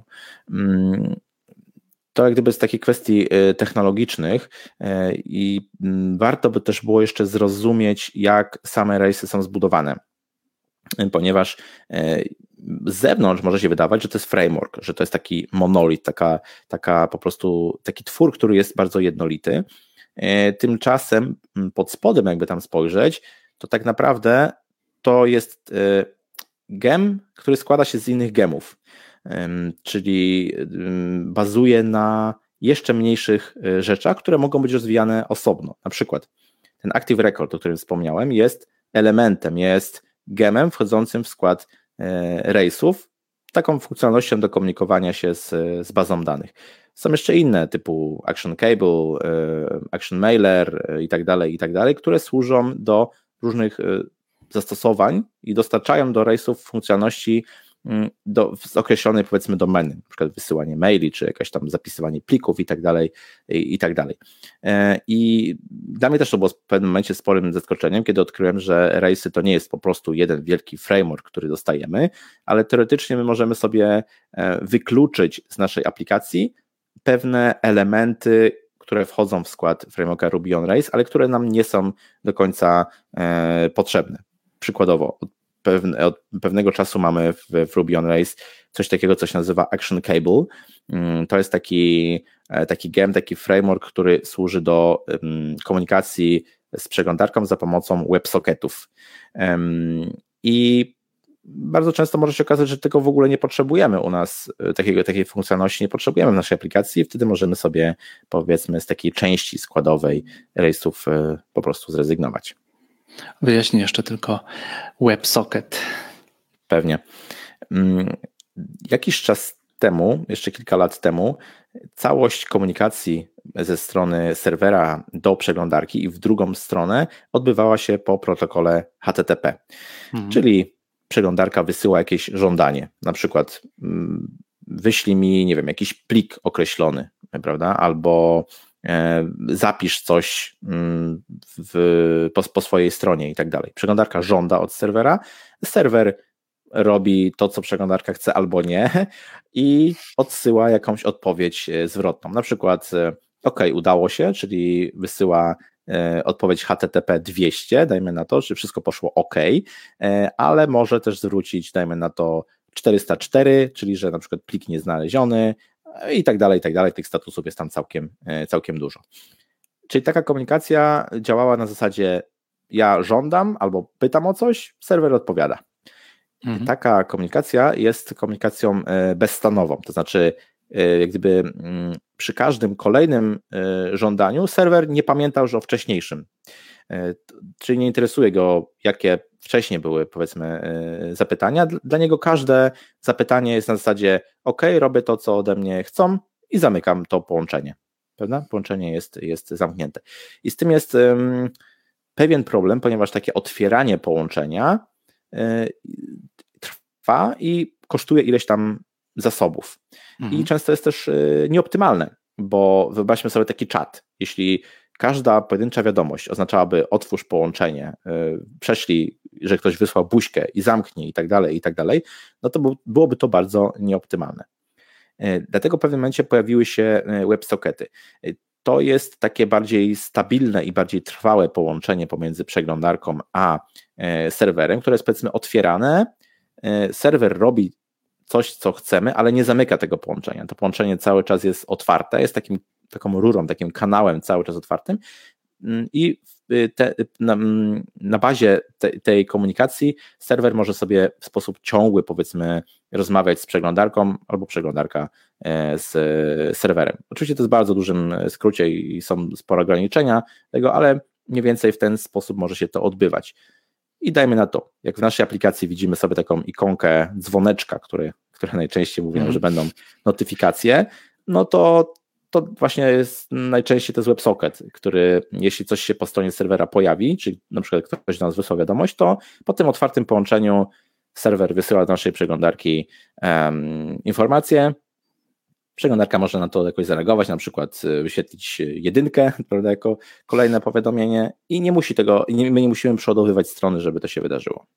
To jak gdyby z takich kwestii technologicznych i warto by też było jeszcze zrozumieć, jak same Railsy są zbudowane, ponieważ z zewnątrz może się wydawać, że to jest framework, że to jest taki monolit, taka po prostu taki twór, który jest bardzo jednolity. Tymczasem pod spodem jakby tam spojrzeć, to tak naprawdę to jest gem, który składa się z innych gemów, czyli bazuje na jeszcze mniejszych rzeczach, które mogą być rozwijane osobno. Na przykład ten Active Record, o którym wspomniałem, jest elementem, jest gemem wchodzącym w skład Railsów, taką funkcjonalnością do komunikowania się z bazą danych. Są jeszcze inne typu Action Cable, Action Mailer i tak dalej, które służą do różnych zastosowań i dostarczają do Railsów funkcjonalności z określonej powiedzmy domeny, na przykład wysyłanie maili, czy jakieś tam zapisywanie plików i tak dalej. I dla mnie też to było w pewnym momencie sporym zaskoczeniem, kiedy odkryłem, że Railsy to nie jest po prostu jeden wielki framework, który dostajemy, ale teoretycznie my możemy sobie wykluczyć z naszej aplikacji pewne elementy, które wchodzą w skład frameworka Ruby on Rails, ale które nam nie są do końca potrzebne. Przykładowo, od pewnego czasu mamy w Ruby on Rails coś takiego, co się nazywa Action Cable. To jest taki gem, taki framework, który służy do komunikacji z przeglądarką za pomocą WebSocketów. I bardzo często może się okazać, że tego w ogóle nie potrzebujemy u nas, takiej funkcjonalności nie potrzebujemy w naszej aplikacji i wtedy możemy sobie powiedzmy z takiej części składowej Railsów po prostu zrezygnować. Wyjaśnij jeszcze tylko WebSocket. Pewnie. Jakiś czas jeszcze kilka lat temu, całość komunikacji ze strony serwera do przeglądarki i w drugą stronę odbywała się po protokole HTTP. Czyli przeglądarka wysyła jakieś żądanie, na przykład wyślij mi, nie wiem, jakiś plik określony, prawda, albo zapisz coś po swojej stronie i tak dalej. Przeglądarka żąda od serwera, serwer robi to, co przeglądarka chce albo nie i odsyła jakąś odpowiedź zwrotną. Na przykład OK, udało się, czyli wysyła odpowiedź HTTP 200, dajmy na to, czy wszystko poszło OK, ale może też zwrócić, dajmy na to 404, czyli że na przykład plik nieznaleziony i tak dalej, tych statusów jest tam całkiem dużo. Czyli taka komunikacja działała na zasadzie ja żądam albo pytam o coś, serwer odpowiada. Taka komunikacja jest komunikacją bezstanową, to znaczy jak gdyby przy każdym kolejnym żądaniu serwer nie pamięta już o wcześniejszym, czyli nie interesuje go, jakie wcześniej były, powiedzmy, zapytania. Dla niego każde zapytanie jest na zasadzie OK, robię to, co ode mnie chcą i zamykam to połączenie. Prawda? Połączenie jest zamknięte. I z tym jest pewien problem, ponieważ takie otwieranie połączenia trwa i kosztuje ileś tam zasobów. I często jest też nieoptymalne, bo wyobraźmy sobie taki czat. Jeśli każda pojedyncza wiadomość oznaczałaby otwórz połączenie, prześlij, że ktoś wysłał buźkę i zamknij i tak dalej, no to byłoby to bardzo nieoptymalne. Dlatego w pewnym momencie pojawiły się WebSockety. To jest takie bardziej stabilne i bardziej trwałe połączenie pomiędzy przeglądarką a serwerem, które jest, powiedzmy, otwierane. Serwer robi coś, co chcemy, ale nie zamyka tego połączenia. To połączenie cały czas jest otwarte, jest taką rurą, takim kanałem cały czas otwartym i na bazie tej komunikacji serwer może sobie w sposób ciągły, powiedzmy, rozmawiać z przeglądarką albo przeglądarka z serwerem. Oczywiście to jest w bardzo dużym skrócie i są spore ograniczenia tego, ale mniej więcej w ten sposób może się to odbywać. I dajmy na to, jak w naszej aplikacji widzimy sobie taką ikonkę dzwoneczka, które najczęściej mówią, że będą notyfikacje, no to właśnie jest najczęściej to jest WebSocket, który jeśli coś się po stronie serwera pojawi, czyli na przykład ktoś do nas wysłał wiadomość, to po tym otwartym połączeniu serwer wysyła do naszej przeglądarki informację. Przeglądarka może na to jakoś zareagować, na przykład wyświetlić 1, prawda, jako kolejne powiadomienie i my nie musimy przeładowywać strony, żeby to się wydarzyło.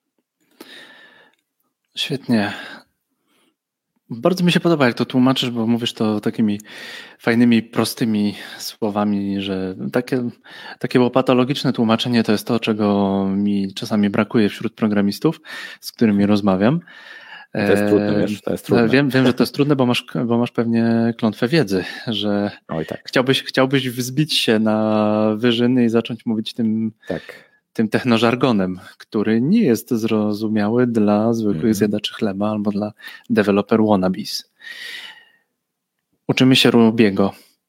Świetnie. Bardzo mi się podoba, jak to tłumaczysz, bo mówisz to takimi fajnymi, prostymi słowami, że takie łopatologiczne tłumaczenie to jest to, czego mi czasami brakuje wśród programistów, z którymi rozmawiam. To jest trudne, wiesz, to jest trudne. Wiem, że to jest trudne, bo masz pewnie klątwę wiedzy, że tak. chciałbyś wzbić się na wyżyny i zacząć mówić tym technożargonem, który nie jest zrozumiały dla zwykłych zjadaczy chleba albo dla developer wannabes. Uczymy się Rubiego,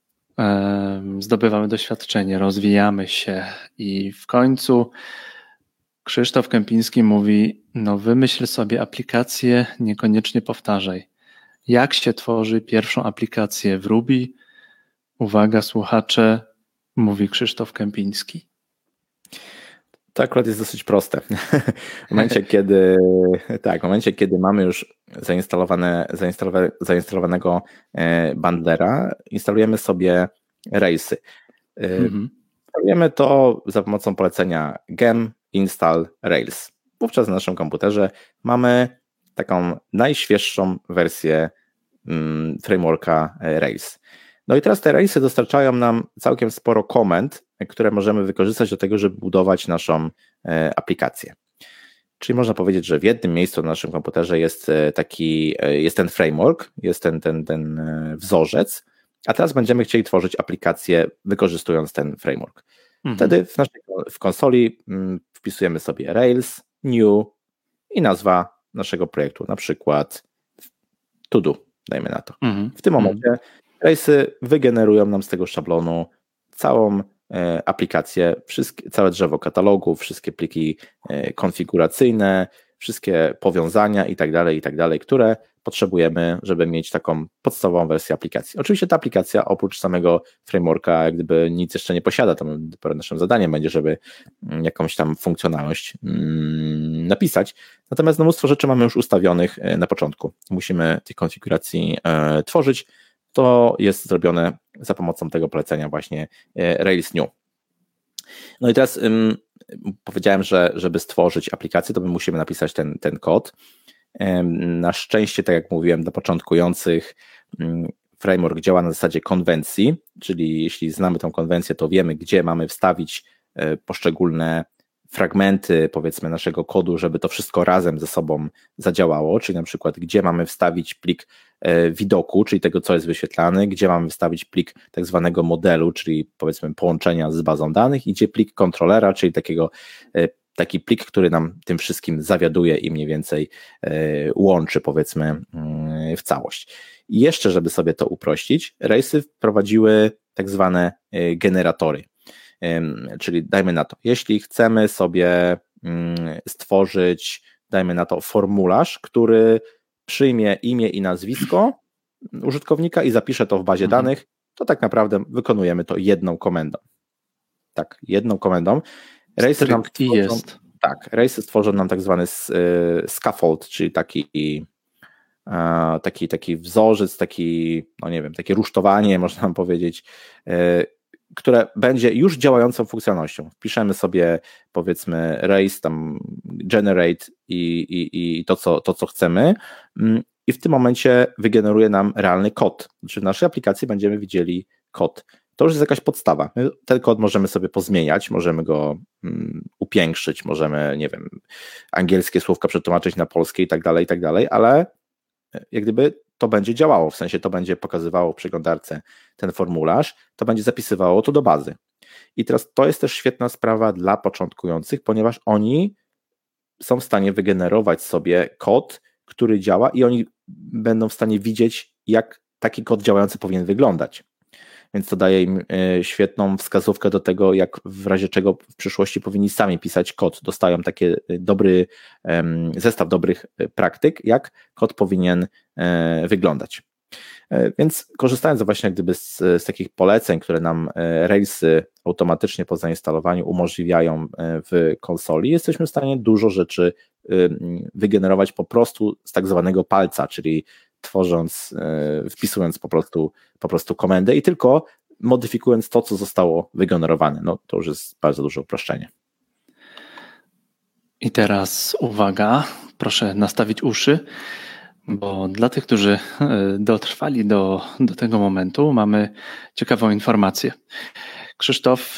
zdobywamy doświadczenie, rozwijamy się i w końcu Krzysztof Kępiński mówi, wymyśl sobie aplikację, niekoniecznie powtarzaj. Jak się tworzy pierwszą aplikację w Ruby? Uwaga, słuchacze, mówi Krzysztof Kępiński. To akurat jest dosyć proste. W momencie, kiedy mamy już zainstalowanego bundlera, instalujemy sobie Railsy. Instalujemy to za pomocą polecenia gem install Rails. Wówczas na naszym komputerze mamy taką najświeższą wersję frameworka Rails. No i teraz te Railsy dostarczają nam całkiem sporo komend, które możemy wykorzystać do tego, żeby budować naszą aplikację. Czyli można powiedzieć, że w jednym miejscu na naszym komputerze jest ten framework, jest ten wzorzec, a teraz będziemy chcieli tworzyć aplikację wykorzystując ten framework. Wtedy w konsoli wpisujemy sobie Rails, new i nazwa naszego projektu, na przykład to do, dajmy na to. W tym momencie Railsy wygenerują nam z tego szablonu całą aplikację, całe drzewo katalogu, wszystkie pliki konfiguracyjne, wszystkie powiązania i tak dalej, które potrzebujemy, żeby mieć taką podstawową wersję aplikacji. Oczywiście ta aplikacja oprócz samego frameworka jak gdyby nic jeszcze nie posiada, to naszym zadaniem będzie, żeby jakąś tam funkcjonalność napisać, natomiast mnóstwo rzeczy mamy już ustawionych na początku. Musimy tych konfiguracji tworzyć, to jest zrobione za pomocą tego polecenia właśnie Rails New. No i teraz powiedziałem, że żeby stworzyć aplikację, to my musimy napisać ten kod. Na szczęście, tak jak mówiłem, dla początkujących framework działa na zasadzie konwencji, czyli jeśli znamy tą konwencję, to wiemy, gdzie mamy wstawić poszczególne fragmenty, powiedzmy, naszego kodu, żeby to wszystko razem ze sobą zadziałało, czyli na przykład gdzie mamy wstawić plik widoku, czyli tego, co jest wyświetlany, gdzie mamy wstawić plik tak zwanego modelu, czyli powiedzmy połączenia z bazą danych i gdzie plik kontrolera, czyli taki plik, który nam tym wszystkim zawiaduje i mniej więcej łączy, powiedzmy, w całość. I jeszcze, żeby sobie to uprościć, Railsy wprowadziły tak zwane generatory. Czyli dajmy na to, jeśli chcemy sobie stworzyć, dajmy na to, formularz, który przyjmie imię i nazwisko użytkownika i zapisze to w bazie danych, to tak naprawdę wykonujemy to jedną komendą. Tak, jedną komendą. Railsy stworzą nam tak zwany scaffold, czyli taki wzorzec, takie rusztowanie, można nam powiedzieć, które będzie już działającą funkcjonalnością. Wpiszemy sobie, powiedzmy, Rails, tam generate i to, co chcemy, i w tym momencie wygeneruje nam realny kod. Znaczy w naszej aplikacji będziemy widzieli kod. To już jest jakaś podstawa. My ten kod możemy sobie pozmieniać, możemy go upiększyć, możemy, nie wiem, angielskie słówka przetłumaczyć na polskie i tak dalej, ale jak gdyby to będzie działało, w sensie to będzie pokazywało w przeglądarce ten formularz, to będzie zapisywało to do bazy. I teraz to jest też świetna sprawa dla początkujących, ponieważ oni są w stanie wygenerować sobie kod, który działa i oni będą w stanie widzieć, jak taki kod działający powinien wyglądać. Więc to daje im świetną wskazówkę do tego, jak w razie czego w przyszłości powinni sami pisać kod. Dostają taki dobry zestaw dobrych praktyk, jak kod powinien wyglądać. Więc korzystając właśnie jak gdyby z takich poleceń, które nam Railsy automatycznie po zainstalowaniu umożliwiają w konsoli, jesteśmy w stanie dużo rzeczy wygenerować po prostu z tak zwanego palca, czyli wpisując po prostu komendę i tylko modyfikując to, co zostało wygenerowane. No to już jest bardzo duże uproszczenie. I teraz uwaga, proszę nastawić uszy, bo dla tych, którzy dotrwali do tego momentu, mamy ciekawą informację. Krzysztof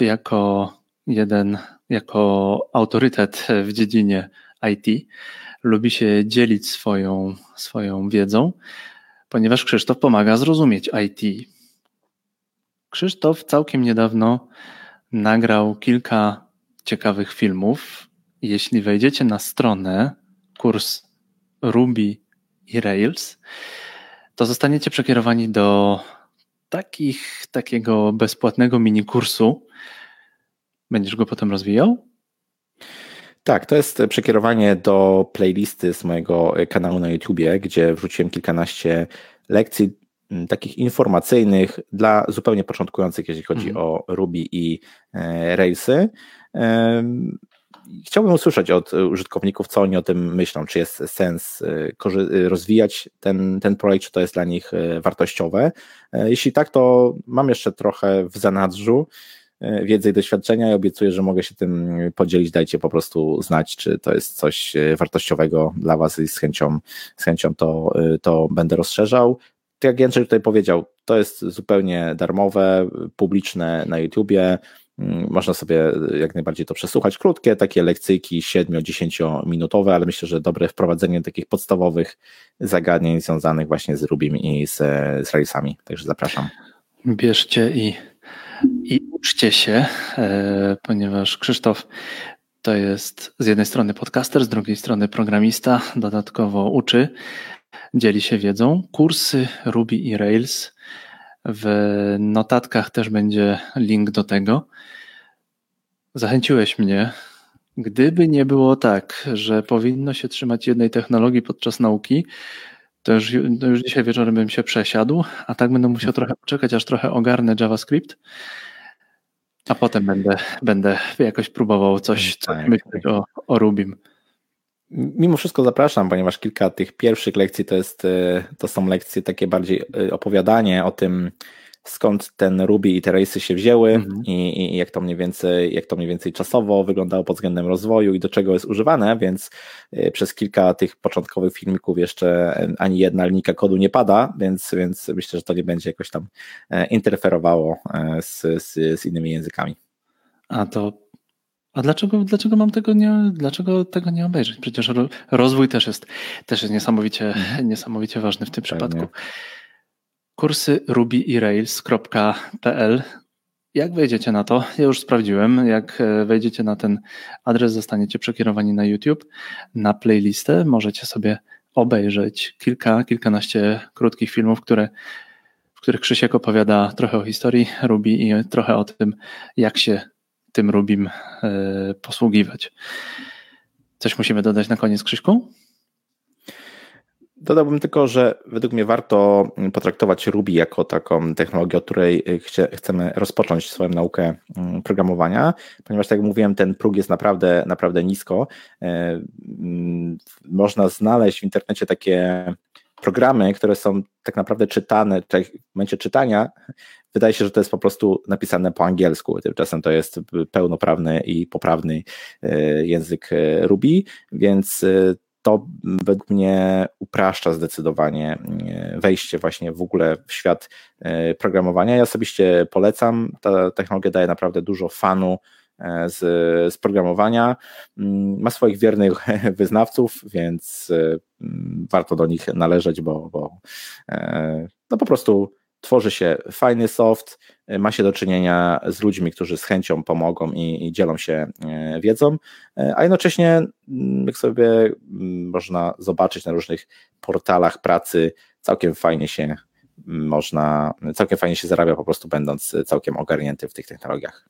jako autorytet w dziedzinie IT lubi się dzielić swoją wiedzą, ponieważ Krzysztof pomaga zrozumieć IT. Krzysztof całkiem niedawno nagrał kilka ciekawych filmów. Jeśli wejdziecie na stronę kurs Ruby i Rails, to zostaniecie przekierowani do takiego bezpłatnego mini kursu. Będziesz go potem rozwijał? Tak, to jest przekierowanie do playlisty z mojego kanału na YouTubie, gdzie wrzuciłem kilkanaście lekcji takich informacyjnych dla zupełnie początkujących, jeśli chodzi o Ruby i Railsy. Chciałbym usłyszeć od użytkowników, co oni o tym myślą, czy jest sens rozwijać ten projekt, czy to jest dla nich wartościowe. Jeśli tak, to mam jeszcze trochę w zanadrzu wiedzy i doświadczenia i obiecuję, że mogę się tym podzielić. Dajcie po prostu znać, czy to jest coś wartościowego dla Was i z chęcią to będę rozszerzał. Tak jak Jędrzej tutaj powiedział, to jest zupełnie darmowe, publiczne na YouTubie. Można sobie jak najbardziej to przesłuchać. Krótkie takie lekcyjki, 7-10 minutowe, ale myślę, że dobre wprowadzenie takich podstawowych zagadnień związanych właśnie z Rubim i z Railsami. Także zapraszam. Bierzcie i uczcie się, ponieważ Krzysztof to jest z jednej strony podcaster, z drugiej strony programista, dodatkowo uczy, dzieli się wiedzą. Kursy Ruby i Rails, w notatkach też będzie link do tego. Zachęciłeś mnie Gdyby nie było tak, że powinno się trzymać jednej technologii podczas nauki, to już dzisiaj wieczorem bym się przesiadł, a tak będę musiał trochę poczekać, aż trochę ogarnę JavaScript, a potem będę jakoś próbował coś myśleć o Rubim. Mimo wszystko zapraszam, ponieważ kilka tych pierwszych lekcji to są lekcje takie bardziej opowiadanie o tym, skąd ten Ruby i te race'y się wzięły i jak to mniej więcej czasowo wyglądało pod względem rozwoju i do czego jest używane, więc przez kilka tych początkowych filmików jeszcze ani jedna linijka kodu nie pada, więc myślę, że to nie będzie jakoś tam interferowało z innymi językami. A dlaczego mam dlaczego tego nie obejrzeć? Przecież rozwój też jest niesamowicie ważny w tym przypadku. Kursy rubyirails.pl. Jak wejdziecie na to? Ja już sprawdziłem. Jak wejdziecie na ten adres, zostaniecie przekierowani na YouTube, na playlistę. Możecie sobie obejrzeć kilkanaście krótkich filmów, w których Krzysiek opowiada trochę o historii Ruby i trochę o tym, jak się tym Rubim posługiwać. Coś musimy dodać na koniec, Krzyśku? Dodałbym tylko, że według mnie warto potraktować Ruby jako taką technologię, od której chcemy rozpocząć swoją naukę programowania, ponieważ tak jak mówiłem, ten próg jest naprawdę nisko. Można znaleźć w internecie takie programy, które są tak naprawdę czytane, w momencie czytania wydaje się, że to jest po prostu napisane po angielsku, tymczasem to jest pełnoprawny i poprawny język Ruby, więc to według mnie upraszcza zdecydowanie wejście właśnie w ogóle w świat programowania. Ja osobiście polecam, ta technologia daje naprawdę dużo fanu z programowania, ma swoich wiernych wyznawców, więc warto do nich należeć, bo po prostu tworzy się fajny soft, ma się do czynienia z ludźmi, którzy z chęcią pomogą i dzielą się wiedzą, a jednocześnie jak sobie można zobaczyć na różnych portalach pracy, całkiem fajnie się zarabia, po prostu będąc całkiem ogarnięty w tych technologiach.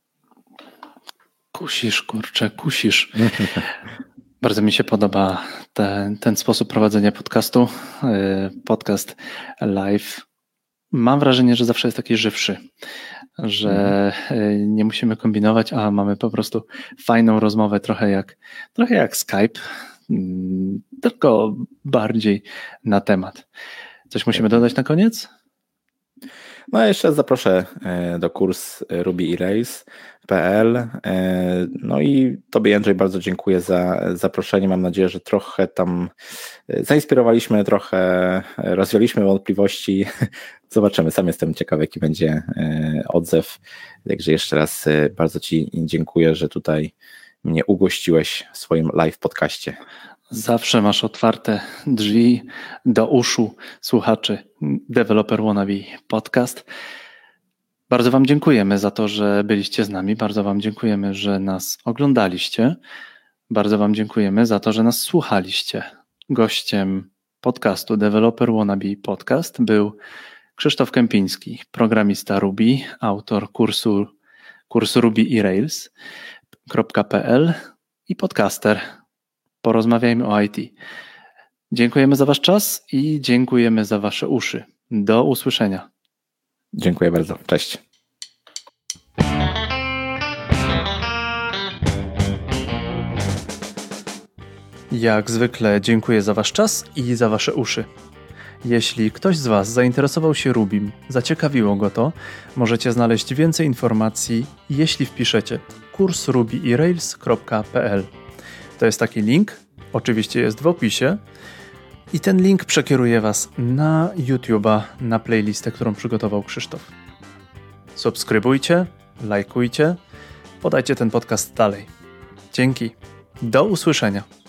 Kusisz. Bardzo mi się podoba ten sposób prowadzenia podcastu. Podcast live. Mam wrażenie, że zawsze jest taki żywszy, że nie musimy kombinować, a mamy po prostu fajną rozmowę, trochę jak Skype, tylko bardziej na temat. Coś musimy dodać na koniec? No jeszcze zaproszę do kurs rubyirails.pl. No i Tobie, Jędrzej, bardzo dziękuję za zaproszenie. Mam nadzieję, że trochę tam zainspirowaliśmy, trochę rozwialiśmy wątpliwości. Zobaczymy. Sam jestem ciekawy, jaki będzie odzew. Także jeszcze raz bardzo Ci dziękuję, że tutaj mnie ugościłeś w swoim live podcaście. Zawsze masz otwarte drzwi do uszu słuchaczy Developer Wannabe Podcast. Bardzo Wam dziękujemy za to, że byliście z nami. Bardzo Wam dziękujemy, że nas oglądaliście. Bardzo Wam dziękujemy za to, że nas słuchaliście. Gościem podcastu Developer Wannabe Podcast był Krzysztof Kępiński, programista Ruby, autor kursu rubyirails.pl i podcaster. Porozmawiajmy o IT. Dziękujemy za Wasz czas i dziękujemy za Wasze uszy. Do usłyszenia. Dziękuję bardzo. Cześć. Jak zwykle dziękuję za Wasz czas i za Wasze uszy. Jeśli ktoś z Was zainteresował się Rubim, zaciekawiło go to, możecie znaleźć więcej informacji, jeśli wpiszecie kurs rubyirails.pl. To jest taki link, oczywiście jest w opisie i ten link przekieruje Was na YouTube'a, na playlistę, którą przygotował Krzysztof. Subskrybujcie, lajkujcie, podajcie ten podcast dalej. Dzięki. Do usłyszenia.